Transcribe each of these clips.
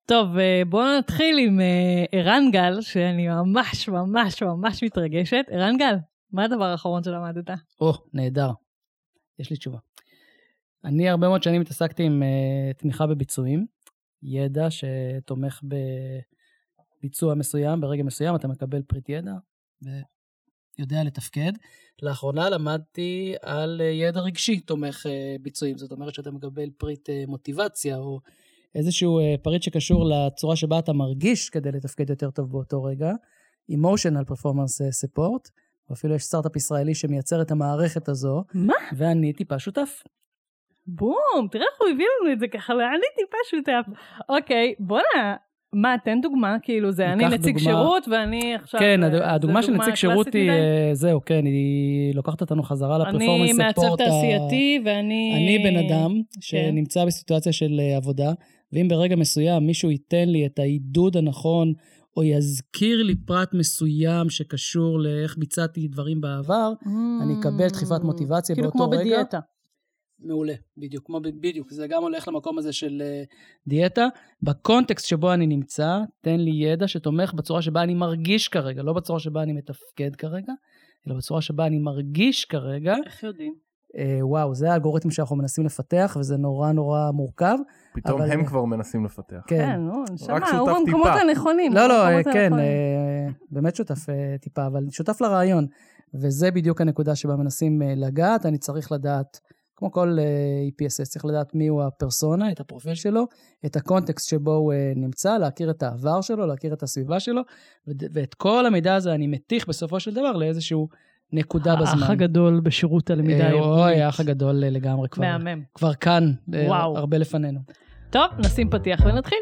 טוב, בואו נתחיל עם ערן גל, שאני ממש ממש ממש מתרגשת. ערן גל, מה הדבר האחרון שלמדת? נהדר. יש לי תשובה. אני הרבה מאוד שנים התעסקתי עם תמיכה בביצועים, ידע שתומך בביצוע מסוים, ברגע מסוים אתה מקבל פריט ידע, ויודע לתפקד. לאחרונה למדתי על ידע רגשי תומך ביצועים, זאת אומרת שאתה מקבל פריט מוטיבציה, או איזשהו פריט שקשור לצורה שבה אתה מרגיש כדי לתפקד יותר טוב באותו רגע, Emotional Performance Support, ואפילו יש סטארט-אפ ישראלי שמייצר את המערכת הזו. מה? ואני טיפה שותף. בום, תראה איך הוא הביא לנו את זה ככה, אני טיפה שותף. אוקיי, בוא'נה, מה, תן דוגמה, כאילו זה אני נציג שירות ואני עכשיו... כן, הדוגמה של נציג שירות היא, זהו, כן, היא לוקחת אותנו חזרה לפרפורמנס ספורט. אני מעצב תעשייתי ואני... אני בן אדם שנמצא בסיטואציה של עבודה, ואם ברגע מסוים מישהו ייתן לי את העידוד הנכון, או יזכיר לי פרט מסוים שקשור לאיך ביצעתי דברים בעבר, אני אקבל דחיפת מוטיבציה באותו רגע. כאילו כמו בדיאטה. מעולה, בדיוק, זה גם הולך למקום הזה של דיאטה. בקונטקסט שבו אני נמצא, תן לי ידע שתומך בצורה שבה אני מרגיש כרגע, לא בצורה שבה אני מתפקד כרגע, אלא בצורה שבה אני מרגיש כרגע. איך יודעים? וואו, זה האלגוריתם שאנחנו מנסים לפתח, וזה נורא נורא מורכב. פתאום הם כבר מנסים לפתח. כן, נשמע, הוא במקומות הנכונים. לא, כן, באמת שותף טיפה, אבל שותף לרעיון. וזה בדיוק הנקודה שבה מנסים לגעת. אני צריך לדעת, כמו כל EPSS, צריך לדעת מי הוא הפרסונה, את הפרופיל שלו, את הקונטקסט שבו הוא נמצא, להכיר את העבר שלו, להכיר את הסביבה שלו, ואת כל המידע הזה אני מתיך בסופו של דבר לאיזשהו נקודה בזמן. האח הגדול בשירות הלמידה הארגונית. אוי, האח הגדול לגמרי כבר. מהמם. כבר כאן, הרבה לפנינו. טוב, נשים פתיח ונתחיל.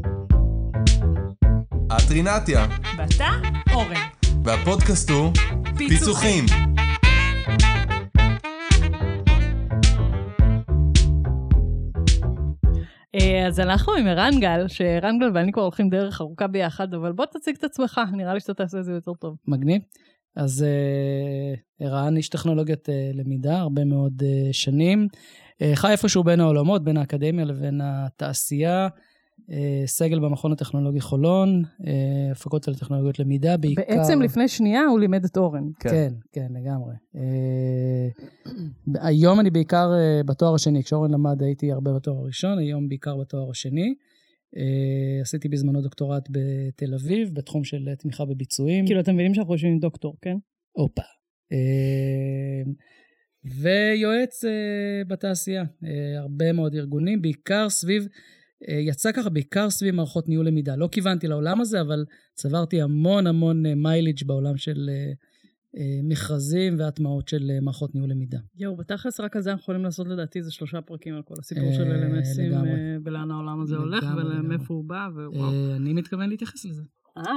את רינתיה. ואתה אורן. והפודקאסט הוא פיצוחים. אז אנחנו עם ערן גל, שערן גל ואני כבר הולכים דרך ארוכה ביחד, אבל בוא תציג את עצמך, נראה לי שאתה תעשה את זה יותר טוב. מגניב. אז ערן איש טכנולוגיית למידה, הרבה מאוד שנים. חי איפשהו בין העולמות, בין האקדמיה לבין התעשייה, סגל במכון הטכנולוגי חולון, הפקולטה לטכנולוגיות למידה, בעיקר... בעצם לפני שנייה הוא לימד את אורן. כן, כן, לגמרי. היום אני בעיקר בתואר השני, כשאורן למד הייתי הרבה בתואר הראשון, היום בעיקר בתואר השני. עשיתי בזמנו דוקטורט בתל אביב, בתחום של תמיכה בביצועים. כאילו אתם מבינים שאנחנו יושבים עם דוקטור, כן? אופה. ויועץ בתעשייה, הרבה מאוד ארגונים, בעיקר סביב, יצא ככה בעיקר סביב מערכות ניהול למידה. לא כיוונתי לעולם הזה, אבל צברתי המון המון מייליג' בעולם של מכרזים והטמעות של מערכות ניהול למידה. יואו, בתכלס רק על זה אנחנו יכולים לעשות לדעתי, זה 3 פרקים על כל הסיפור של LMSים, ולאן העולם הזה הולך, ולמאיפה הוא בא, ווואו. אני מתכוון להתייחס לזה.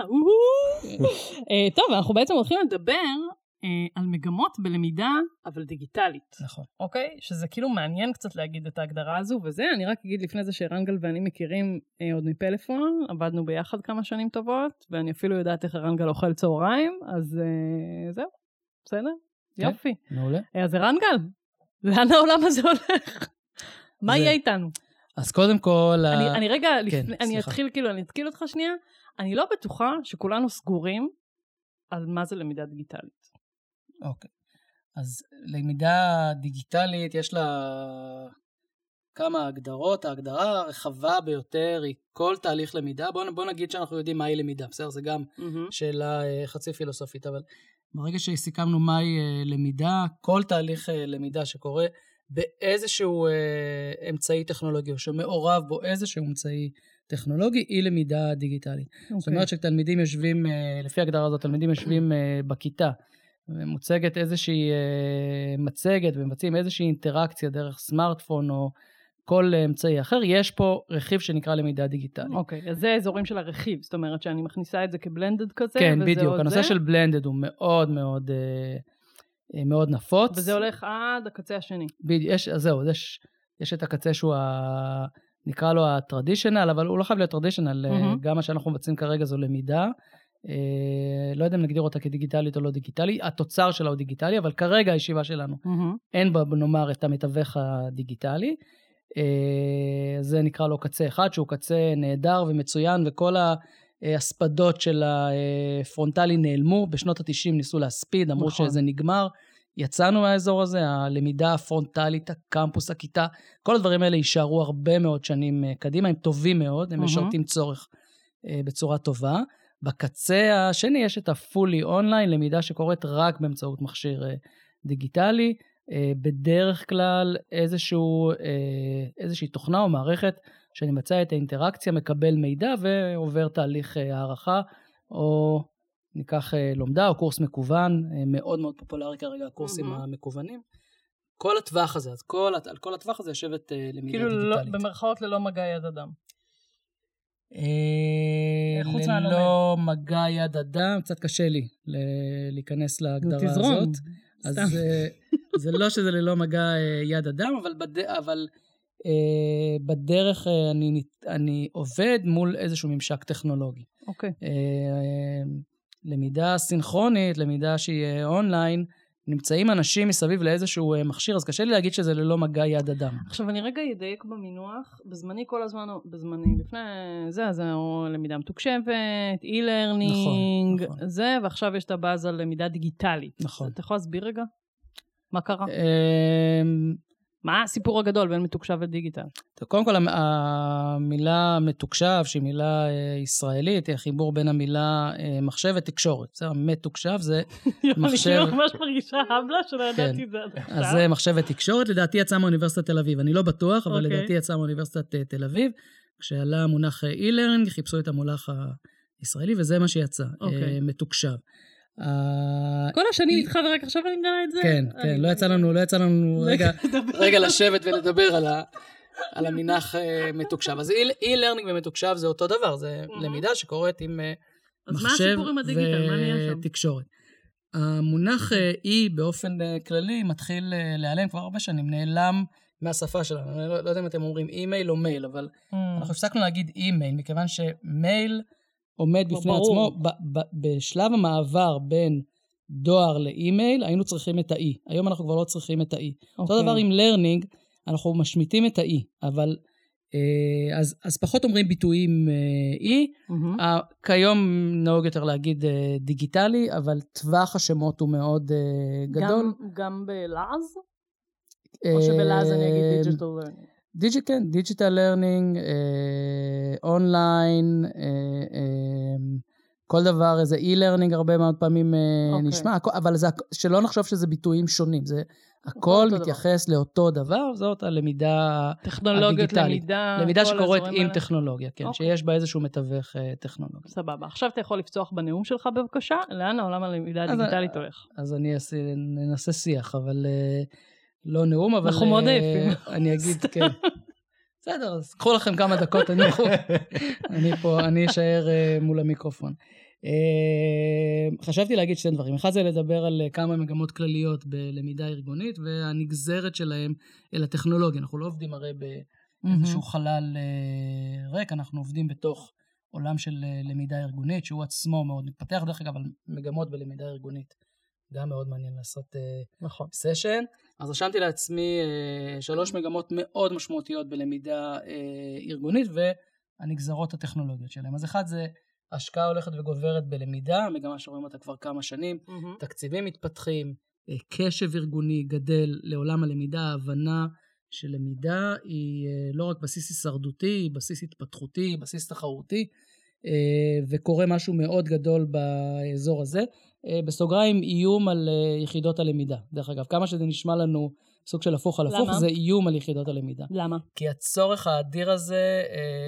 טוב, אנחנו בעצם הולכים לדבר על מגמות בלמידה, אבל דיגיטלית. נכון. אוקיי? שזה כאילו מעניין קצת להגיד את ההגדרה הזו, וזה, אני רק אגיד לפני זה שערן גל ואני מכירים עוד מפלאפון, עבדנו ביחד כמה שנים טובות, ואני אפילו יודעת איך ערן גל אוכל צהריים, אז זהו, בסדר? יופי. מעולה. אז ערן גל, לאן העולם הזה הולך? מה יהיה איתנו? אז קודם כל... אני רגע, אני אתחיל אותך שנייה, אני לא בטוחה שכולנו סגורים על מה זה למידה דיגיטלית. אוקיי. אז למידה דיגיטלית יש לה כמה הגדרות. ההגדרה הרחבה ביותר היא כל תהליך למידה. בוא נגיד שאנחנו יודעים מהי למידה. בסדר, זה גם שאלה חצי פילוסופית, אבל ברגע שסיכמנו מהי למידה, כל תהליך למידה שקורה באיזשהו אמצעי טכנולוגי, או שמעורב בו איזשהו אמצעי טכנולוגי, היא למידה דיגיטלית. זאת אומרת שתלמידים יושבים, לפי ההגדרה הזאת, תלמידים יושבים בכיתה, ומוצגת איזושהי מצגת, ומבצעים איזושהי אינטראקציה דרך סמארטפון, או כל אמצעי אחר, יש פה רכיב שנקרא למידה דיגיטלית. אוקיי, אז זה אזורים של הרכיב, זאת אומרת שאני מכניסה את זה כבלנדד כזה, כן, בדיוק, הנושא של בלנדד הוא מאוד מאוד מאוד נפוץ. וזה הולך עד הקצה השני. אז זהו, יש את הקצה שהוא נקרא לו הטרדישנל, אבל הוא לא חייב להיות טרדישנל, גם מה שאנחנו מבצעים כרגע זו למידה, לא יודע אם נגדיר אותה כדיגיטלית או לא דיגיטלי, התוצר שלה הוא דיגיטלי, אבל כרגע הישיבה שלנו אין בה נאמר את המתווך הדיגיטלי, זה נקרא לו קצה אחד, שהוא קצה נהדר ומצוין, וכל ההספדות של הפרונטלי נעלמו, בשנות ה-90 ניסו להספיד, אמרו שזה נגמר, יצאנו מהאזור הזה, הלמידה הפרונטלית, הקמפוס, הכיתה, כל הדברים האלה יישארו הרבה מאוד שנים קדימה, הם טובים מאוד, הם משרתים צורך בצורה טובה. בקצה השני יש את הפולי אונליין, למידה שקורית רק באמצעות מכשיר דיגיטלי, בדרך כלל איזושהי תוכנה או מערכת שנמצא את האינטראקציה, מקבל מידע ועובר תהליך הערכה, או ניקח לומדה או קורס מקוון, מאוד מאוד פופולרי כרגע הקורסים המקוונים. כל הטווח הזה, אז על כל הטווח הזה יושבת למידה דיגיטלית. כאילו במרכאות ללא מגע יד אדם. ללא מגע יד אדם, קצת קשה לי להיכנס להגדרה הזאת. אז זה לא שזה ללא מגע יד אדם, אבל בדרך אני עובד מול איזשהו ממשק טכנולוגי. אוקיי. למידה סינכרונית, למידה שהיא אונליין, נמצאים אנשים מסביב לאיזשהו מכשיר, אז קשה לי להגיד שזה ללא מגע יד אדם. עכשיו אני רגע ידייק במינוח, בזמני כל הזמן, בזמני לפני זה, אז למידה מתוקשבת, e-learning, נכון. זה, ועכשיו יש את הבאז על למידה דיגיטלית. נכון. אתה יכול להסביר רגע? מה קרה? מה הסיפור הגדול בין מתוקשב ודיגיטל? קודם כל, המילה מתוקשב, שהיא מילה ישראלית, היא החיבור בין המילה מחשב ותקשורת. זה מתוקשב, זה מחשב... אני ממש מרגישה הבלה שלא ידעתי את זה. אז זה מחשב ותקשורת, לדעתי יצא מאוניברסיטת תל אביב. אני לא בטוח, אבל לדעתי יצא מאוניברסיטת תל אביב. כשעלה המונח e-learning, חיפשו את המונח הישראלי, וזה מה שיצא, מתוקשב. כל השנים איתך ורק עכשיו אני מגלה את זה? כן, לא יצא לנו רגע לשבת ולדבר על המינח מתוקשב. אז e-learning ומתוקשב זה אותו דבר, זה למידה שקורית עם מחשב ותקשורת. המונח e באופן כללי מתחיל להיעלם כבר הרבה שנים, נעלם מהשפה שלנו. אני לא יודע אם אתם אומרים אימייל או מייל, אבל אנחנו הפסקנו להגיד אימייל, מכיוון שמייל עומד בפני עצמו, בשלב המעבר בין דואר לאימייל, היינו צריכים את ה-E. היום אנחנו כבר לא צריכים את ה-E. אותו דבר עם learning, אנחנו משמיטים את ה-E, אבל אז פחות אומרים ביטויים E. כיום נהוג יותר להגיד דיגיטלי, אבל טווח השמות הוא מאוד גדול. גם בלעז? או שבלעז אני אגיד digital learning? דיג'יטל לרנינג, אונליין, כל דבר, איזה אי-לרנינג הרבה מאוד פעמים נשמע, אבל שלא נחשוב שזה ביטויים שונים, זה הכל מתייחס לאותו דבר, זאת הלמידה הדיגיטלית. למידה שקורית עם טכנולוגיה, כן, שיש בה איזשהו מתווך טכנולוגי. סבבה, עכשיו אתה יכול לפצוח בנאום שלך בבקשה, לאן העולם הלמידה הדיגיטלית הולך? אז אני ננסה שיח, אבל... לא נאום, אבל... אנחנו מאוד עייפים. אני אגיד, כן. בסדר, אז קחו לכם כמה דקות, אני אשאר מול המיקרופון. חשבתי להגיד שתי דברים. אחד זה לדבר על כמה מגמות כלליות בלמידה ארגונית, והנגזרת שלהם אל הטכנולוגיה. אנחנו לא עובדים הרי באיזשהו חלל ריק, אנחנו עובדים בתוך עולם של למידה ארגונית, שהוא עצמו מאוד מתפתח, דרך אגב, אבל מגמות בלמידה ארגונית. גם מאוד מעניין לעשות סשן. אז רשמתי לעצמי 3 מגמות מאוד משמעותיות בלמידה ארגונית, והנגזרות הטכנולוגיות שלהם. אז אחד זה השקעה הולכת וגוברת בלמידה, מגמה שרואים אותה כבר כמה שנים, תקציבים מתפתחים, קשב ארגוני גדל לעולם הלמידה, ההבנה של למידה היא לא רק בסיס הישרדותי, היא בסיס התפתחותי, בסיס תחרותי, וקורה משהו מאוד גדול באזור הזה. בסוגריים איום על יחידות הלמידה. דרך אגב, כמה שזה נשמע לנו סוג של הפוך על הפוך, זה איום על יחידות הלמידה. למה? כי הצורך האדיר הזה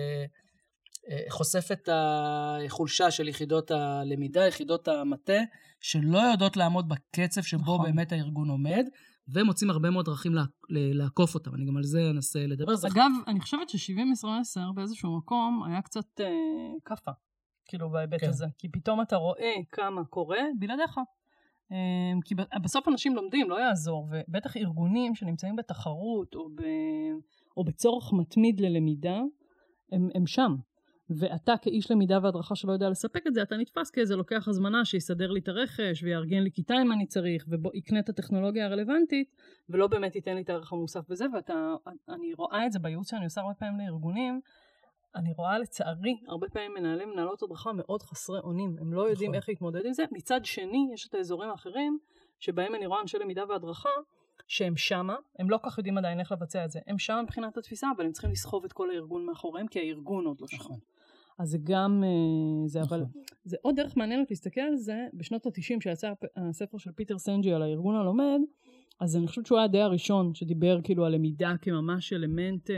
חושף את החולשה של יחידות הלמידה, יחידות המטה, שלא יודעות לעמוד בקצב שבו באמת הארגון עומד, ומוצאים הרבה מאוד דרכים לעקוף אותם. אני גם על זה אנסה לדבר. אגב, אני חושבת ש70-10 באיזשהו מקום היה קצת קפה. כאילו בהיבט הזה, כי פתאום אתה רואה כמה קורה בלעדיך. כי בסוף אנשים לומדים, לא יעזור, ובטח ארגונים שנמצאים בתחרות או בצורך מתמיד ללמידה, הם שם. ואתה כאיש למידה והדרכה שלא יודע לספק את זה, אתה נתפס כאיזה לוקח הזמנה שיסדר לי את הרכש, ויארגן לי כיתה אם אני צריך, ויקנה את הטכנולוגיה הרלוונטית, ולא באמת ייתן לי את הערך המוסף בזה, ואני רואה את זה בייעוץ שאני עושה הרבה פעמים לארגונים, אני רואה לצערי, הרבה פעמים מנהלות הדרכה מאוד חסרי אונים, הם לא יודעים איך להתמודד עם זה. מצד שני, יש את האזורים האחרים, שבהם אני רואה אנשי למידה והדרכה, שהם שמה, הם לא כך יודעים עדיין איך לבצע את זה. הם שמה מבחינת התפיסה, אבל הם צריכים לסחוב את כל הארגון מאחוריהם, כי הארגון עוד לא שם. אז זה גם, אבל זה עוד דרך מעניינת להסתכל על זה, בשנות ה-90 שיצא הספר של פיטר סנג'י על הארגון הלומד, אז אני חושבת שהוא היה די הראשון שדיבר כאילו על למידה כממש אלמנט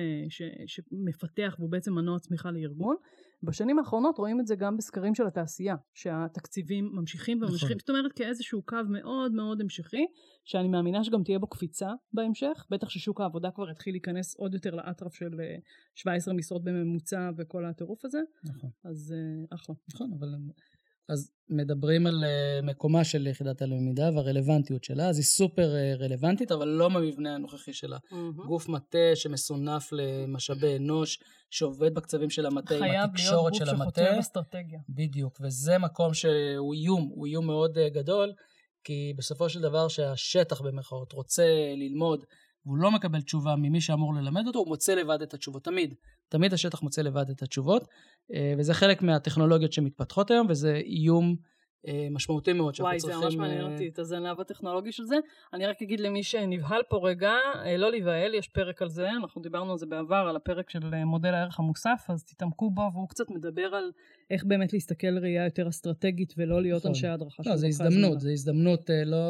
שמפתח והוא בעצם מנוע צמיחה לארגון. בשנים האחרונות רואים את זה גם בסקרים של התעשייה, שהתקציבים ממשיכים וממשיכים, זאת אומרת כאיזשהו קו מאוד מאוד המשכי, שאני מאמינה שגם תהיה בו קפיצה בהמשך, בטח ששוק העבודה כבר התחיל להיכנס עוד יותר לאטרף של 17 משרות בממוצע וכל הטירוף הזה. נכון. אז אחלה. נכון, אבל אז מדברים על מקומה של יחידת הלמידה והרלוונטיות שלה, אז היא סופר רלוונטית, אבל לא במבנה הנוכחי שלה. גוף מטה שמסונף למשאבי אנוש, שעובד בקצבים של המטה, עם התקשורת של המטה. חייב להיות גוף שחותר אסטרטגיה. בדיוק, וזה מקום שהוא איום, הוא איום מאוד גדול, כי בסופו של דבר שהשטח במרכאות רוצה ללמוד, והוא לא מקבל תשובה ממי שאמור ללמד אותו, הוא מוצא לבד את התשובות, תמיד השטח מוצא לבד את התשובות, וזה חלק מהטכנולוגיות שמתפתחות היום, וזה איום משמעותי מאוד שאנחנו צריכים... וואי, זה ממש מעניין אותי, את הזנב הטכנולוגי של זה. אני רק אגיד למי שנבהל פה רגע, לא להיבהל, יש פרק על זה, אנחנו דיברנו על זה בעבר, על הפרק של מודל הערך המוסף, אז תתעמקו בו, והוא קצת מדבר על איך באמת להסתכל ראייה יותר אסטרטגית, ולא להיות אנשי הדרכה. לא, זה הזדמנות, לא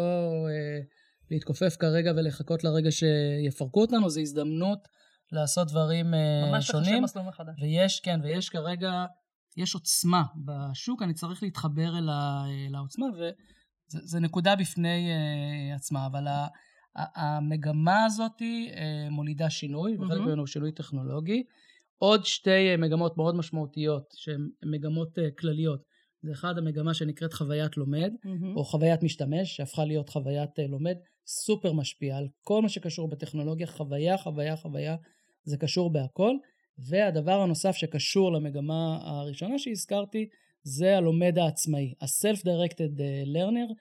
להתכופף כרגע ולחכות לרגע שיפרקו אותנו, זה הזדמנות לעשות דברים שונים. ויש כרגע, יש עוצמה בשוק, אני צריך להתחבר אל העוצמה, וזה נקודה בפני עצמה, אבל המגמה הזאת מולידה שינוי, וחלק ממנו שינוי טכנולוגי. עוד שתי מגמות מאוד משמעותיות, שהן מגמות כלליות. זה אחד המגמה שנקראת חוויית לומד, או חוויית משתמש, שהפכה להיות חוויית לומד, סופר משפיע על כל מה שקשור בטכנולוגיה, חוויה, זה קשור בהכל. והדבר הנוסף שקשור למגמה הראשונה שהזכרתי, זה הלומד העצמאי, ה-self-directed learner,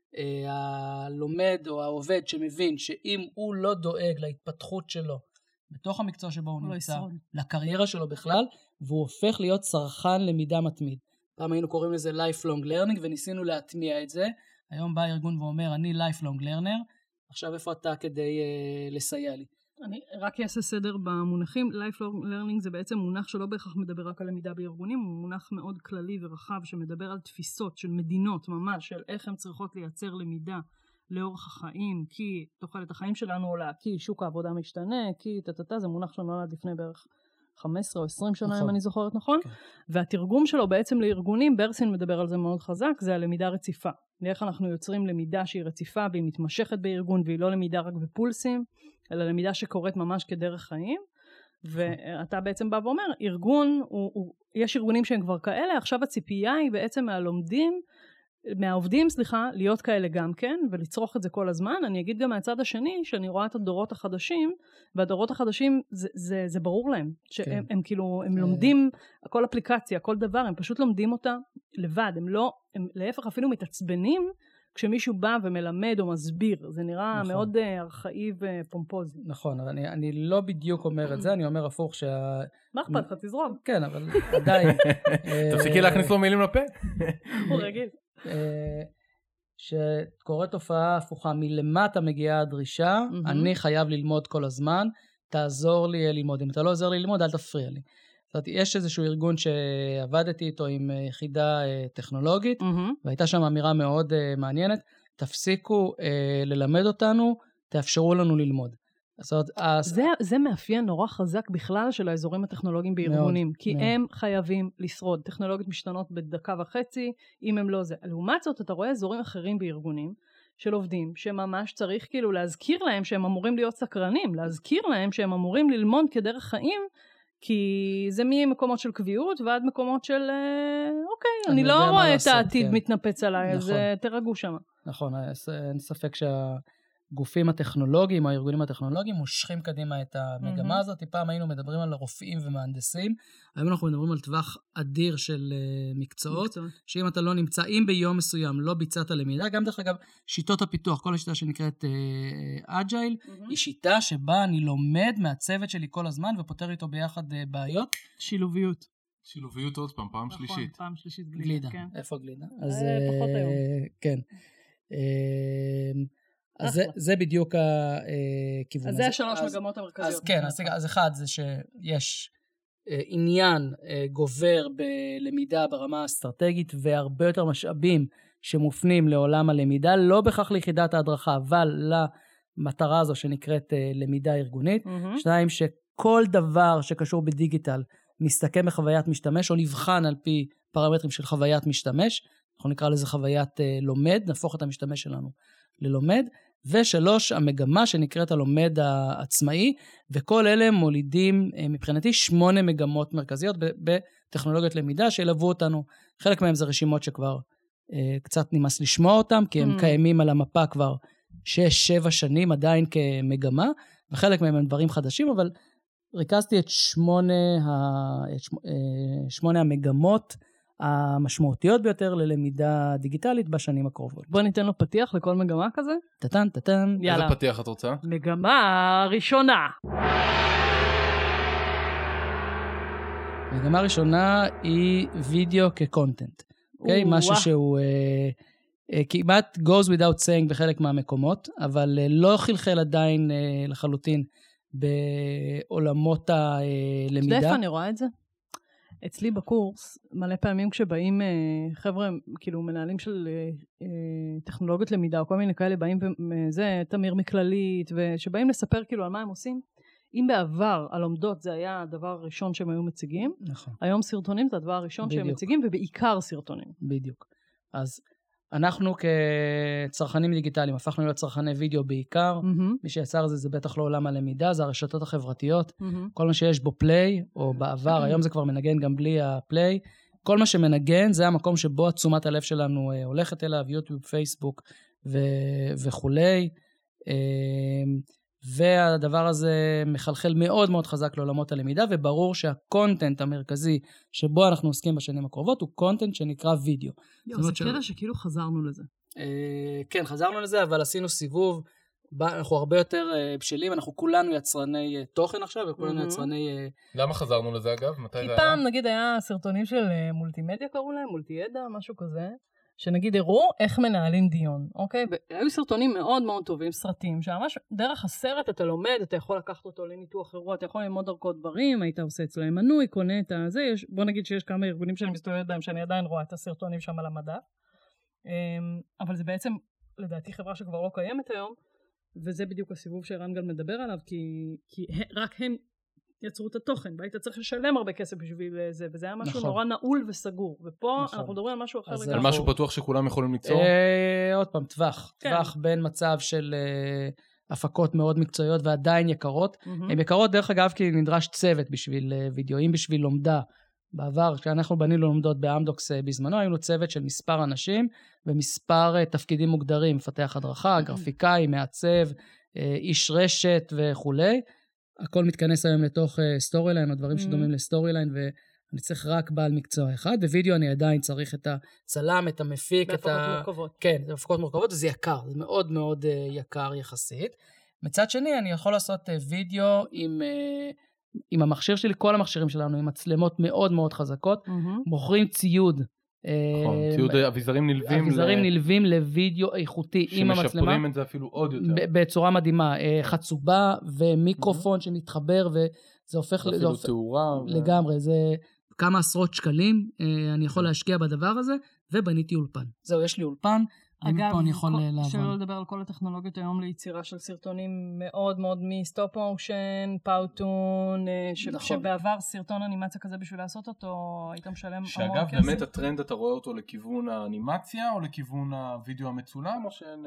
הלומד או העובד שמבין שאם הוא לא דואג להתפתחות שלו, בתוך המקצוע שבו הוא נמצא, לקריירה שלו בכלל, והוא הופך להיות צרכן למידה מתמיד. פעם היינו קוראים לזה lifelong learning, וניסינו להטמיע את זה. היום בא הארגון ואומר, אני lifelong learner, עכשיו איפה אתה כדי לסייע לי? אני רק אעשה סדר במונחים. lifelong learning זה בעצם מונח שלא בהכרח מדבר רק על למידה בארגונים, הוא מונח מאוד כללי ורחב שמדבר על תפיסות של מדינות ממש, של איך הן צריכות לייצר למידה לאורך החיים, כי תוחלת החיים שלנו עולה, כי שוק העבודה משתנה, כי זה מונח שנולד לפני בערך 15 או 20 שנה, אם אני זוכרת נכון, והתרגום שלו בעצם לארגונים, ברסין מדבר על זה מאוד חזק, זה הלמידה רציפה. איך אנחנו יוצרים למידה שהיא רציפה והיא מתמשכת בארגון, והיא לא למידה רק בפולסים, אלא למידה שקורית ממש כדרך חיים, ואתה בעצם בא ואומר, ארגון, יש ארגונים שהם כבר כאלה, עכשיו הציפייה היא בעצם מהעובדים, להיות כאלה גם כן, ולצרוך את זה כל הזמן. אני אגיד גם מהצד השני, שאני רואה את הדורות החדשים, והדורות החדשים, זה ברור להם, שהם כאילו, הם לומדים, כל אפליקציה, כל דבר, הם פשוט לומדים אותה לבד, הם להפך אפילו מתעצבנים, כשמישהו בא ומלמד או מסביר, זה נראה מאוד ארכאי ופומפוזי. נכון, אבל אני לא בדיוק אומר את זה, אני אומר הפוך מה אכפת לך, תזרום. כן, אבל עדיין. תפסיקי להכניס לו מילים לפה. הוא רגיל. שקורית תופעה הפוכה, מלמטה מגיעה הדרישה, אני חייב ללמוד כל הזמן, תעזור לי ללמוד, אם אתה לא עוזר לי ללמוד, אל תפריע לי. זאת אומרת, יש איזשהו ארגון שעבדתי איתו עם יחידה טכנולוגית, והייתה שם אמירה מאוד מעניינת, תפסיקו ללמד אותנו, תאפשרו לנו ללמוד. זה מאפיין נורא חזק בכלל של האזורים הטכנולוגיים בארגונים, כי הם חייבים לשרוד. טכנולוגיות משתנות בדקה וחצי, אם הם לא זה. לעומת זאת, אתה רואה אזורים אחרים בארגונים, של עובדים, שממש צריך כאילו להזכיר להם שהם אמורים להיות סקרנים, להזכיר להם שהם אמורים ללמוד כדרך חיים, כי זה ממקומות של קביעות ועד מקומות של אוקיי, אני לא רואה את העתיד מתנפץ עליי, אז תרגעו שם. נכון, אין ספק הגופים הטכנולוגיים, או הארגונים הטכנולוגיים, מושכים קדימה את המגמה הזאת. פעם היינו מדברים על רופאים ומהנדסים, היום אנחנו מדברים על טווח אדיר של מקצועות, שאם אתה לא נמצא, אם ביום מסוים לא ביצעת למידה, גם דרך אגב, שיטות הפיתוח, כל השיטה שנקראת אג'ייל, היא שיטה שבה אני לומד מהצוות שלי כל הזמן, ופותר איתו ביחד בעיות. שילוביות עוד פעם שלישית. נכון, פעם שלישית גלידה. גלידה, איפה גלידה? אז פחות היום. כן. אז זה בדיוק הכיוון הזה. אז זה השלוש מגמות המרכזיות. אז כן, אז אחד זה שיש עניין גובר בלמידה ברמה האסטרטגית, והרבה יותר משאבים שמופנים לעולם הלמידה, לא בכך ליחידת ההדרכה, אבל למטרה הזו שנקראת למידה ארגונית. שניים, שכל דבר שקשור בדיגיטל מסתכם בחוויית משתמש, או נבחן על פי פרמטרים של חוויית משתמש, אנחנו נקרא לזה חוויית לומד, נהפוך את המשתמש שלנו ללומד, ושלוש, המגמה שנקראת הלומד העצמאי, וכל אלה מולידים מבחינתי 8 מגמות מרכזיות בטכנולוגיות למידה, שילוו אותנו, חלק מהם זה רשימות שכבר קצת נמאס לשמוע אותם, כי הם קיימים על המפה כבר 6-7 שנים עדיין כמגמה, וחלק מהם הם דברים חדשים, אבל ריכזתי את 8 המגמות המשמעותיות ביותר ללמידה דיגיטלית בשנים הקרובות. בוא ניתן לו פתיח לכל מגמה כזה. טטן. איזה פתיח את רוצה? מגמה ראשונה. מגמה ראשונה היא וידאו כקונטנט. אוקיי? משהו שהוא כמעט goes without saying בחלק מהמקומות, אבל לא חלחל עדיין לחלוטין בעולמות הלמידה. אתה יודע איפה אני רואה את זה? אצלי בקורס, מלא פעמים כשבאים חבר'ה, כאילו מנהלים של טכנולוגיות למידה, או כל מיני כאלה, באים וזה, תמיר מכללית, ושבאים לספר כאילו על מה הם עושים. אם בעבר הלומדות זה היה הדבר הראשון שהם היו מציגים, נכון. היום סרטונים זה הדבר הראשון שהם מציגים, ובעיקר סרטונים. בדיוק. אז אנחנו כצרכנים דיגיטליים, הפכנו להיות צרכני וידאו בעיקר, מי שיצר זה בטח לא עולם הלמידה, זה הרשתות החברתיות, כל מה שיש בו פליי, או בעבר, היום זה כבר מנגן גם בלי הפליי, כל מה שמנגן זה המקום שבו התשומת הלב שלנו הולכת אליו, יוטיוב, פייסבוק וכולי, והדבר הזה מחלחל מאוד מאוד חזק לעולמות הלמידה, וברור שהקונטנט המרכזי שבו אנחנו עוסקים בשנים הקרובות, הוא קונטנט שנקרא וידאו. זה קטע שכאילו חזרנו לזה. כן, חזרנו לזה, אבל עשינו סיבוב, אנחנו הרבה יותר בשלים, אנחנו כולנו יצרני תוכן עכשיו, וכולנו יצרני... למה חזרנו לזה אגב? מתי זה היה? כי פעם נגיד היה סרטונים של מולטימדיה קראו להם, מולטי-ידע, משהו כזה. שנגיד הראו איך מנהלים דיון, אוקיי? והיו סרטונים מאוד מאוד טובים, סרטים, שממש דרך הסרט אתה לומד, אתה יכול לקחת אותו לניתוח אירוע, אתה יכול ללמוד דרכו דברים, היית עושה אצלהם מנוי, קונה את הזה, בוא נגיד שיש כמה ארגונים שאני מסתובבת בהם, שאני עדיין רואה את הסרטונים שם על המדף, אבל זה בעצם, לדעתי, חברה שכבר לא קיימת היום, וזה בדיוק הסיבוב שרנגל מדבר עליו, כי רק הם יצרו את התוכן, והיית צריך לשלם הרבה כסף בשביל זה, וזה היה משהו נורא נעול וסגור, ופה אנחנו מדברים על משהו אחר. על משהו פתוח שכולם יכולים ליצור? עוד פעם, טווח בין מצב של הפקות מאוד מקצועיות ועדיין יקרות, הן יקרות דרך אגב כי נדרש צוות בשביל וידאוים, בשביל לומדה. בעבר, כשאנחנו בנינו לומדות באמדוקס בזמנו, היינו צוות של מספר אנשים, ומספר תפקידים מוגדרים, מפתח הדרכה, גרפיקאי, מעצב, איש רשת וכולי. הכל מתכנס היום לתוך סטורי ליין, או דברים שדומים לסטורי ליין, ואני צריך רק בעל מקצוע אחד. בווידאו אני עדיין צריך את הצלם, את המפיק, את ה... מורכבות. כן, זה הפקות מורכבות, וזה יקר, זה מאוד מאוד יקר יחסית. מצד שני, אני יכול לעשות וידאו עם המכשיר שלי, כל המכשירים שלנו, עם מצלמות מאוד מאוד חזקות, מוכרים ציוד. נכון, ציוד אביזרים נלווים. אביזרים נלווים לוידאו איכותי עם המצלמה. שמשפרים את זה אפילו עוד יותר. בצורה מדהימה. חצובה ומיקרופון שמתחבר, וזה הופך... אפילו תאורה. לגמרי, זה כמה עשרות שקלים, אני יכול להשקיע בדבר הזה, ובניתי אולפן. זהו, יש לי אולפן. אגב, שלא לדבר על כל הטכנולוגיות היום ליצירה של סרטונים מאוד מאוד מסטופ מושן, פאוטון, שבעבר סרטון אנימציה כזה בשביל לעשות אותו, היית משלם המון כסף. שאגב, באמת הטרנד אתה רואה אותו לכיוון האנימציה, או לכיוון הוידאו המצולם, או שאין...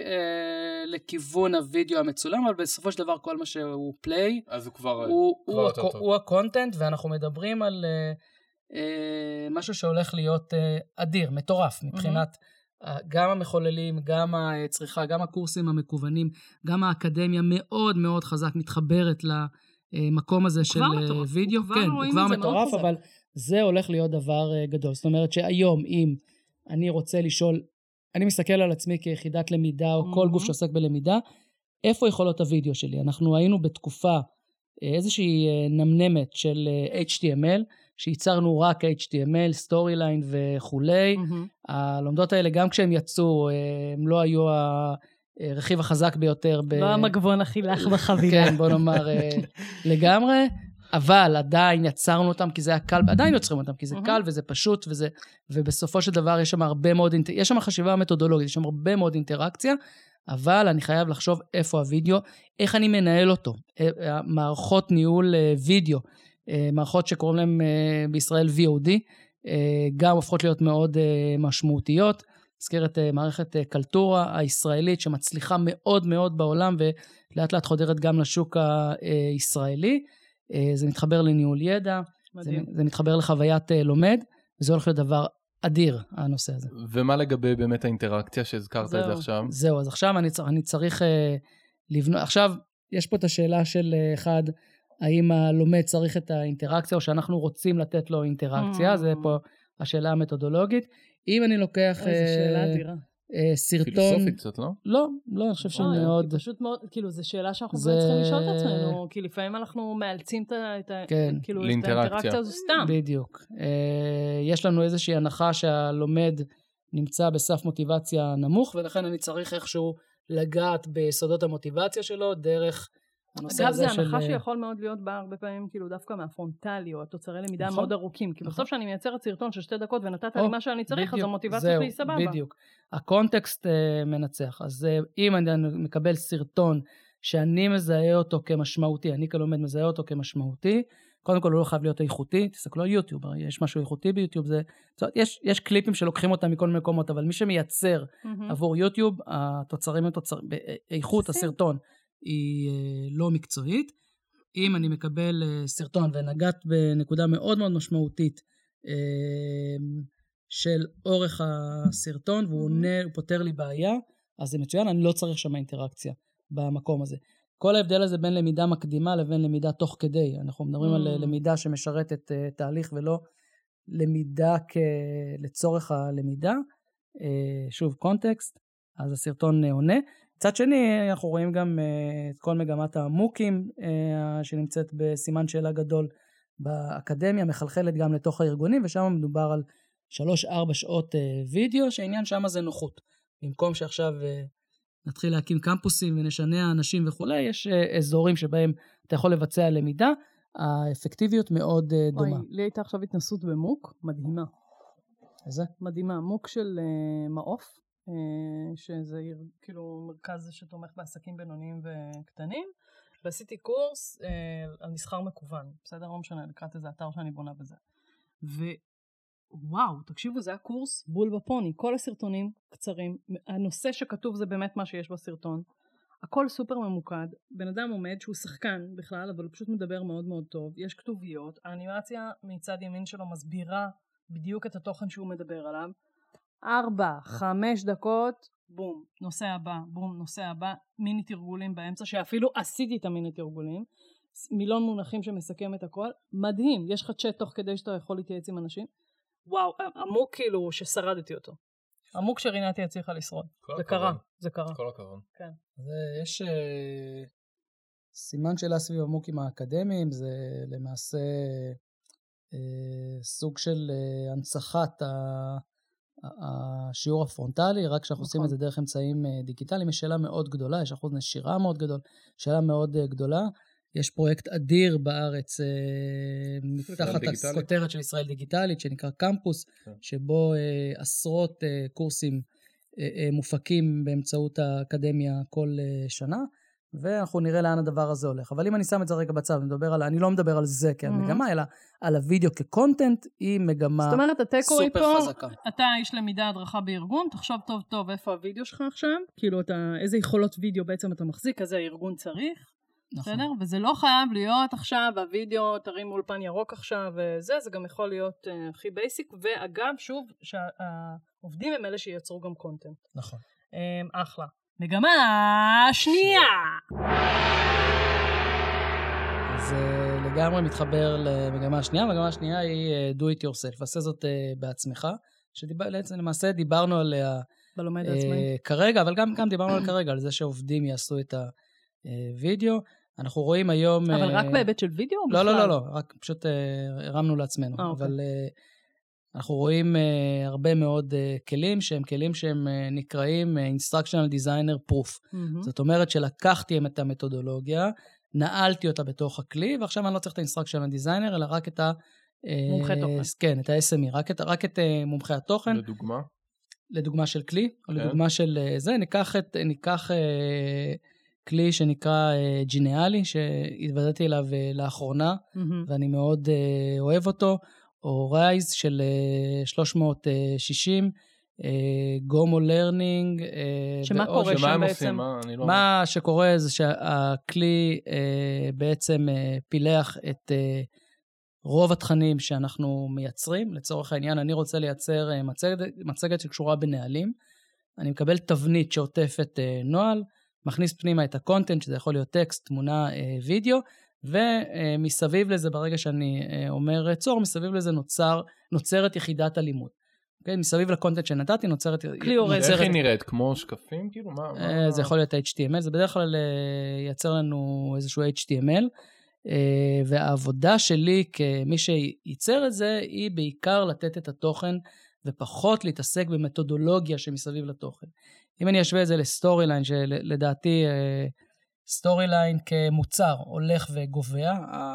לכיוון הוידאו המצולם, אבל בסופו של דבר כל מה שהוא פליי, אז הוא כבר הוא הקונטנט, ואנחנו מדברים על משהו שהולך להיות אדיר, מטורף, מבחינת... גם המחוללים, גם הצריכה, גם הקורסים המקוונים, גם האקדמיה מאוד מאוד חזק מתחברת למקום הזה של וידאו. כן, הוא כבר מטורף, אבל זה הולך להיות דבר גדול. זאת אומרת שהיום, אם אני רוצה לשאול, אני מסתכל על עצמי כיחידת למידה, או כל גוף שעוסק בלמידה, איפה יכולות הוידאו שלי? אנחנו היינו בתקופה איזושהי נמנמת של HTML, שייצרנו רק HTML, סטורי ליין וכולי. הלומדות האלה, גם כשהם יצאו, הם לא היו הרכיב החזק ביותר. לא המגבון הכי לך בחבילה. כן, בוא נאמר לגמרי, אבל עדיין יצרנו אותם כי זה היה קל, עדיין יוצרים אותם כי זה קל וזה פשוט, ובסופו של דבר יש שם הרבה מאוד, יש שם חשיבה מתודולוגית, יש שם הרבה מאוד אינטראקציה, אבל אני חייב לחשוב איפה הוידאו, איך אני מנהל אותו, מערכות ניהול וידאו, מערכות שקוראים להם בישראל VOD, גם הופכות להיות מאוד משמעותיות, נזכרת מערכת קלטורה הישראלית שמצליחה מאוד מאוד בעולם, ולאט לאט חודרת גם לשוק הישראלי, זה מתחבר לניהול ידע, זה מתחבר לחוויית לומד, וזה הולך לדבר אדיר, הנושא הזה. ומה לגבי באמת האינטראקציה שהזכרת את זה עכשיו? זהו, אז עכשיו אני צריך לבנות, עכשיו יש פה את השאלה של אחד, האם הלומד צריך את האינטראקציה, או שאנחנו רוצים לתת לו אינטראקציה, זה פה השאלה המתודולוגית. אם אני לוקח איזו שאלה אדירה. סרטון... פילוסופית קצת, לא? לא, אני חושב שמאוד... פשוט מאוד, כאילו, זו שאלה שאנחנו צריכים לשאול את עצמנו, כי לפעמים אנחנו מאלצים את האינטראקציה הזו סתם. בדיוק. יש לנו איזושהי הנחה שהלומד נמצא בסף מוטיבציה נמוך, ולכן אני צריך איכשהו לגעת ביסודות המוטיבציה שלו, דרך הנושא הזה של... אגב, זה הנחה שיכול מאוד להיות בה הרבה פעמים, כאילו, דווקא מהפרונטלי, או תוצרי למידה מאוד ארוכים, כי בסוף שאני מייצרת סרטון של 2 דקות, ונתת לי מה שאני צריך, אז המוטיבציה שלי סבבה. בדיוק. הקונטקסט מנצח. אז אם אני מקבל סרטון שאני מזהה אותו כמשמעותי, אני כלומד מזהה אותו כמשמעותי, קודם כל הוא לא חייב להיות איכותי, תסתכלו על יוטיוב, יש משהו איכותי ביוטיוב, יש קליפים שלוקחים אותם מכל מקומות, אבל מי שמייצר עבור יוטיוב, התוצרים הם איכות הסרטון היא לא מקצועית. אם אני מקבל סרטון ונגעת בנקודה מאוד מאוד משמעותית של אורך הסרטון, והוא פותר לי בעיה, אז זה מצוין, אני לא צריך שם אינטראקציה במקום הזה. כל ההבדל הזה בין למידה מקדימה לבין למידה תוך כדי. אנחנו מדברים על למידה שמשרתת תהליך ולא למידה לצורך הלמידה. שוב, קונטקסט, אז הסרטון עונה. מצד שני, אנחנו רואים גם את כל מגמת המוקים שנמצאת בסימן שאלה גדול באקדמיה, מחלחלת גם לתוך הארגונים, ושם מדובר על 3-4 שעות וידאו, שהעניין שם זה נוחות. במקום שעכשיו נתחיל להקים קמפוסים ונשנע אנשים וכולי, יש אזורים שבהם אתה יכול לבצע למידה, האפקטיביות מאוד דומה. לי הייתה עכשיו התנסות במוק, מדהימה. איזה? מדהימה, מוק של מעוף, שזה כאילו מרכז שתומך בעסקים בינוניים וקטנים, ועשיתי קורס על מסחר מקוון, בסדר? לא משנה, לקראת איזה אתר שאני בונה בזה. וואו, תקשיבו, זה היה קורס בול בפוני, כל הסרטונים קצרים, הנושא שכתוב זה באמת מה שיש בסרטון, הכל סופר ממוקד, בן אדם עומד שהוא שחקן בכלל, אבל הוא פשוט מדבר מאוד מאוד טוב, יש כתוביות, האנימציה מצד ימין שלו מסבירה בדיוק את התוכן שהוא מדבר עליו, 4-5 דקות, בום, נושא הבא, בום, נושא הבא, מיני תרגולים באמצע, שאפילו עשיתי את המיני תרגולים, מילון מונחים שמסכם את הכל, מדהים, יש לך צ'אט תוך כדי שאתה יכול להתייעץ עם אנשים, וואו, עמוק כאילו ששרדתי אותו. עמוק שרינתי הצליחה לשרוד. זה קרה, זה קרה. כל הכבוד. כן. יש סימן שאלה סביב עמוקים האקדמיים, זה למעשה סוג של הנצחת השיעור הפרונטלי, רק שאנחנו עושים את זה דרך אמצעים דיגיטליים, יש שאלה מאוד גדולה, יש אחוז נשירה מאוד גדול, שאלה מאוד גדולה, יש פרויקט אדיר בארץ, מתחת הכותרת של ישראל דיגיטלית, שנקרא קמפוס, שבו עשרות קורסים מופקים באמצעות האקדמיה כל שנה, ואנחנו נראה לאן הדבר הזה הולך. אבל אם אני שם את זה רגע בצד, אני לא מדבר על זה כמגמה, אלא על הוידאו כקונטנט, היא מגמה סופר חזקה. אתה איש למידה הדרכה בארגון, תחשוב טוב טוב איפה הוידאו שלך עכשיו, כאילו איזה יכולות וידאו בעצם אתה מחזיק, איזה הארגון צריך, נכון. בסדר? וזה לא חייב להיות עכשיו, הווידאו תרים אולפן ירוק עכשיו, זה גם יכול להיות הכי בייסיק, ואגב, שוב, שהעובדים הם אלה שייצרו גם קונטנט. נכון. אחלה. מגמה שנייה! זה לגמרי מתחבר למגמה השנייה. המגמה השנייה היא do it yourself. עשה זאת בעצמך, שלמעשה דיברנו עליה בלומד העצמאי. כרגע, אבל גם דיברנו על כרגע, על זה שעובדים יעשו את הווידאו. אנחנו רואים היום... אבל רק בהיבט של וידאו? לא, רק פשוט הרמנו לעצמנו. אבל אנחנו רואים הרבה מאוד כלים שהם נקראים Instructional Designer Proof. זאת אומרת שלקחתי את המתודולוגיה, נעלתי אותה בתוך הכלי, ועכשיו אני לא צריך את ה-Instructional Designer, אלא רק את מומחי תוכן. כן, את ה-SME, רק את מומחי התוכן. לדוגמה? לדוגמה של כלי, או לדוגמה של זה, ניקח כלי שנקרא ג'יניאלי, שהתוודעתי אליו לאחרונה, ואני מאוד אוהב אותו, או רייז של 360, גומו לרנינג. שמה קורה שם בעצם? מה שקורה זה שהכלי בעצם פילח את רוב התכנים שאנחנו מייצרים. לצורך העניין, אני רוצה לייצר מצגת שקשורה בנהלים. אני מקבל תבנית שעוטפת נוהל, מכניס פנימה את הקונטנט, שזה יכול להיות טקסט, תמונה, וידאו, ומסביב לזה, ברגע שאני אומר צור, מסביב לזה נוצרת יחידת הלימוד. Okay, מסביב לקונטנט שנתתי נוצרת... איך היא נראית? כמו שקפים? כאילו, מה? זה יכול להיות HTML, זה בדרך כלל ייצר לנו איזשהו HTML, והעבודה שלי כמי שייצר את זה, היא בעיקר לתת את התוכן, ופחות להתעסק במתודולוגיה שמסביב לתוכן. אם אני אשווה את זה לסטורי ליין, שלדעתי סטורי ליין כמוצר הולך וגובע,